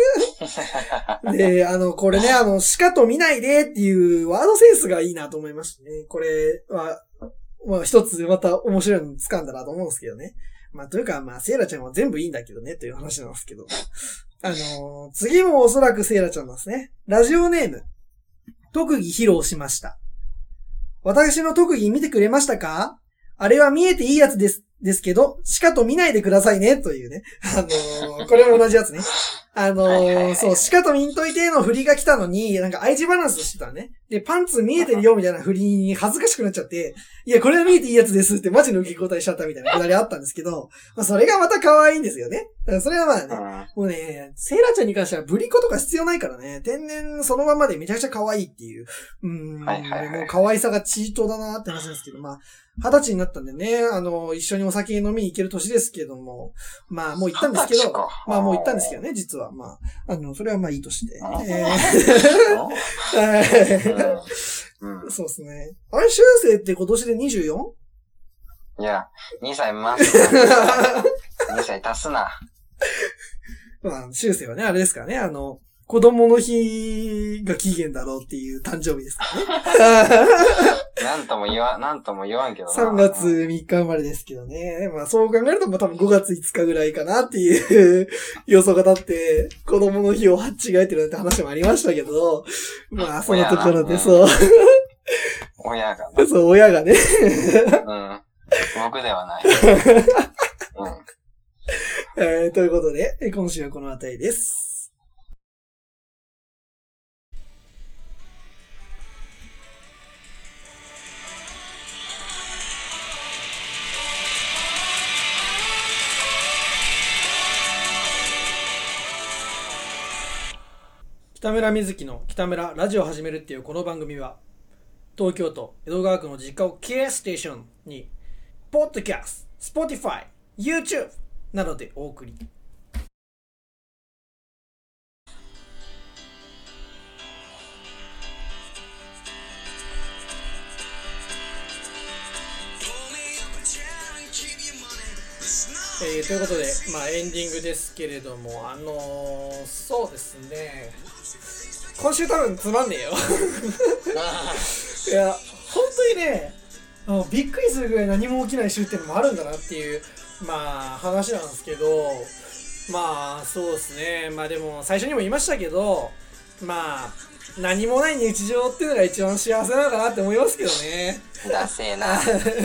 で、あの、これね、あの、しかと見ないでっていうワードセンスがいいなと思いましたね。これは、まあ一つまた面白いの掴んだなと思うんですけどね。まあというか、まあセイラちゃんは全部いいんだけどね、という話なんですけど。あのー、次もおそらくセイラちゃんなんですね。ラジオネーム。特技披露しました。私の特技見てくれましたか？あれは見えていいやつです、ですけど、しかと見ないでくださいね、というね。あのー、これも同じやつね。あのー、そう、しかと見んといての振りが来たのに、なんか愛知バランスしてたね。で、パンツ見えてるよみたいな振りに恥ずかしくなっちゃって、いや、これは見えていいやつですってマジの受け答えしちゃったみたいなくだりあったんですけど、まあ、それがまた可愛いんですよね。だからそれはまあね、もうね、セイラちゃんに関してはブリコとか必要ないからね、天然そのままでめちゃくちゃ可愛いっていう、うーん、 はいはいはい、 もう可愛さがチートだなって話ですけど、まあ、二十歳になったんでね、あの、一緒にお酒飲みに行ける年ですけども、まあもう行ったんですけど、まあもう行ったんですけどね、実は。まあ、あの、それはまあいいとして。えーうん、そうですね。あれ、修正って今年で にじゅうよん？ いや、にさい待つな。にさい足すな。 まあ、修正はね、あれですからね、あの、子供の日が期限だろうっていう誕生日ですからね。 なんとも言わ、なんとも言わんけどな。 さんがつみっか生まれですけどね。まあそう考えるともう多分ごがついつかぐらいかなっていう予想が立って、子供の日をはっちがえてるなんて話もありましたけど、まあそのところでそう。 親がね。 そう、親がね。 うん。僕ではない。 うんえー、ということで、今週はこのあたりです。北村瑞希の北村ラジオを始めるっていうこの番組は東京都江戸川区の実家をキーステーションにポッドキャスト、Spotify、YouTube などでお送り。 ー、ということで、まあ、エンディングですけれども、あのー、そうですね、今週多分つまんねえよいや本当にね、あのびっくりするぐらい何も起きない週っていうのもあるんだなっていうまあ話なんですけど、まあそうですね、まあでも最初にも言いましたけど、まあ何もない日常っていうのが一番幸せなのかなって思いますけどね。 ダセえな。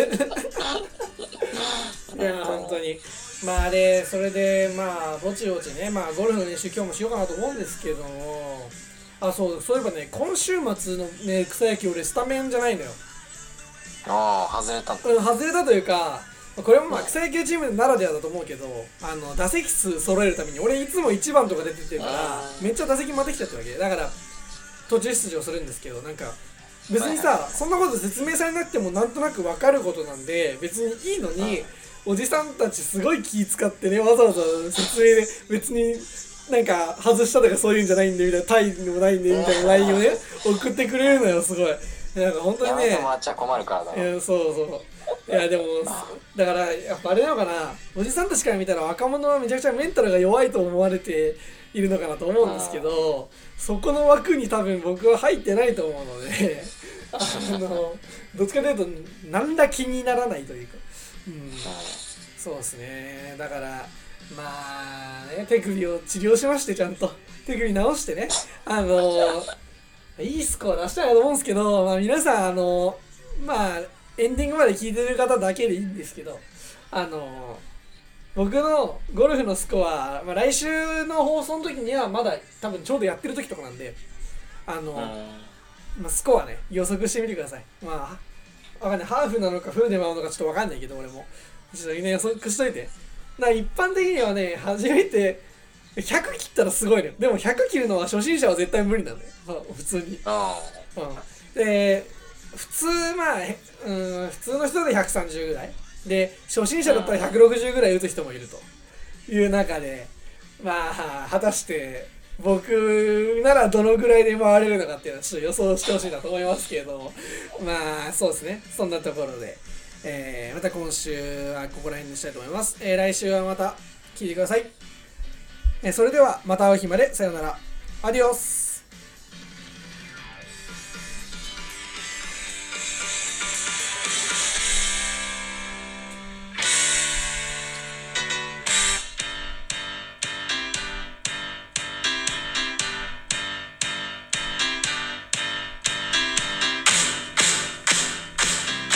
いや本当にまあでそれでまあぼちぼちね、まあゴルフの練習今日もしようかなと思うんですけども、あそうそういえばね、今週末のね草野球俺スタメンじゃないのよ。 ああ外れたんだ。 うん外れたというか、これもまあ草野球チームならではだと思うけど、あの打席数揃えるために俺いつもいちばんとか出てってるからめっちゃ打席回ってきちゃったわけだから途中出場するんですけど、なんか別にさ、はいはい、そんなこと説明されなくてもなんとなく分かることなんで別にいいのに、はい、おじさんたちすごい気使ってね、わざわざ説明で別になんか外したとかそういうんじゃないんでみたいな、タイもないんでみたいな ライン をね送ってくれるのよ。すごいなんか本当にね、 やめてもらっちゃ困るからだろ。 いやそうそういやでもだからやっぱあれなのかな、おじさんたちから見たら若者はめちゃくちゃメンタルが弱いと思われているのかなと思うんですけど、そこの枠に多分僕は入ってないと思うのであのどっちかというと何ら気にならないというか、うん、そうですね。だからまあね、手首を治療しまして、ちゃんと手首直してね、あのいいスコア出したいと思うんですけど、まあ、皆さんあのまあエンディングまで聞いてる方だけでいいんですけど、あの僕のゴルフのスコア、まあ、来週の放送の時にはまだ多分ちょうどやってる時とかなんで、あの、まあ、スコアね予測してみてください。まあわかんない、ハーフなのかフルで回るのかちょっとわかんないけど、俺もちょっとね予測しといて。な一般的にはね、初めてひゃく切ったらすごいのよ。でもひゃく切るのは初心者は絶対無理なんだよ、まあ、普通に。うん、で普通まあ、うん、普通の人でひゃくさんじゅうぐらいで、初心者だったらひゃくろくじゅうぐらい打つ人もいるという中で、まあ果たして僕ならどのぐらいで回れるのかっていうのはちょっと予想してほしいなと思いますけれども、まあそうですね、そんなところで、えー、また今週はここら辺にしたいと思います。えー、来週はまた聞いてください。えー、それではまた会う日まで、さようなら、アディオ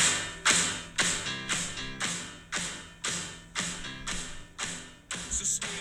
ス。Sustain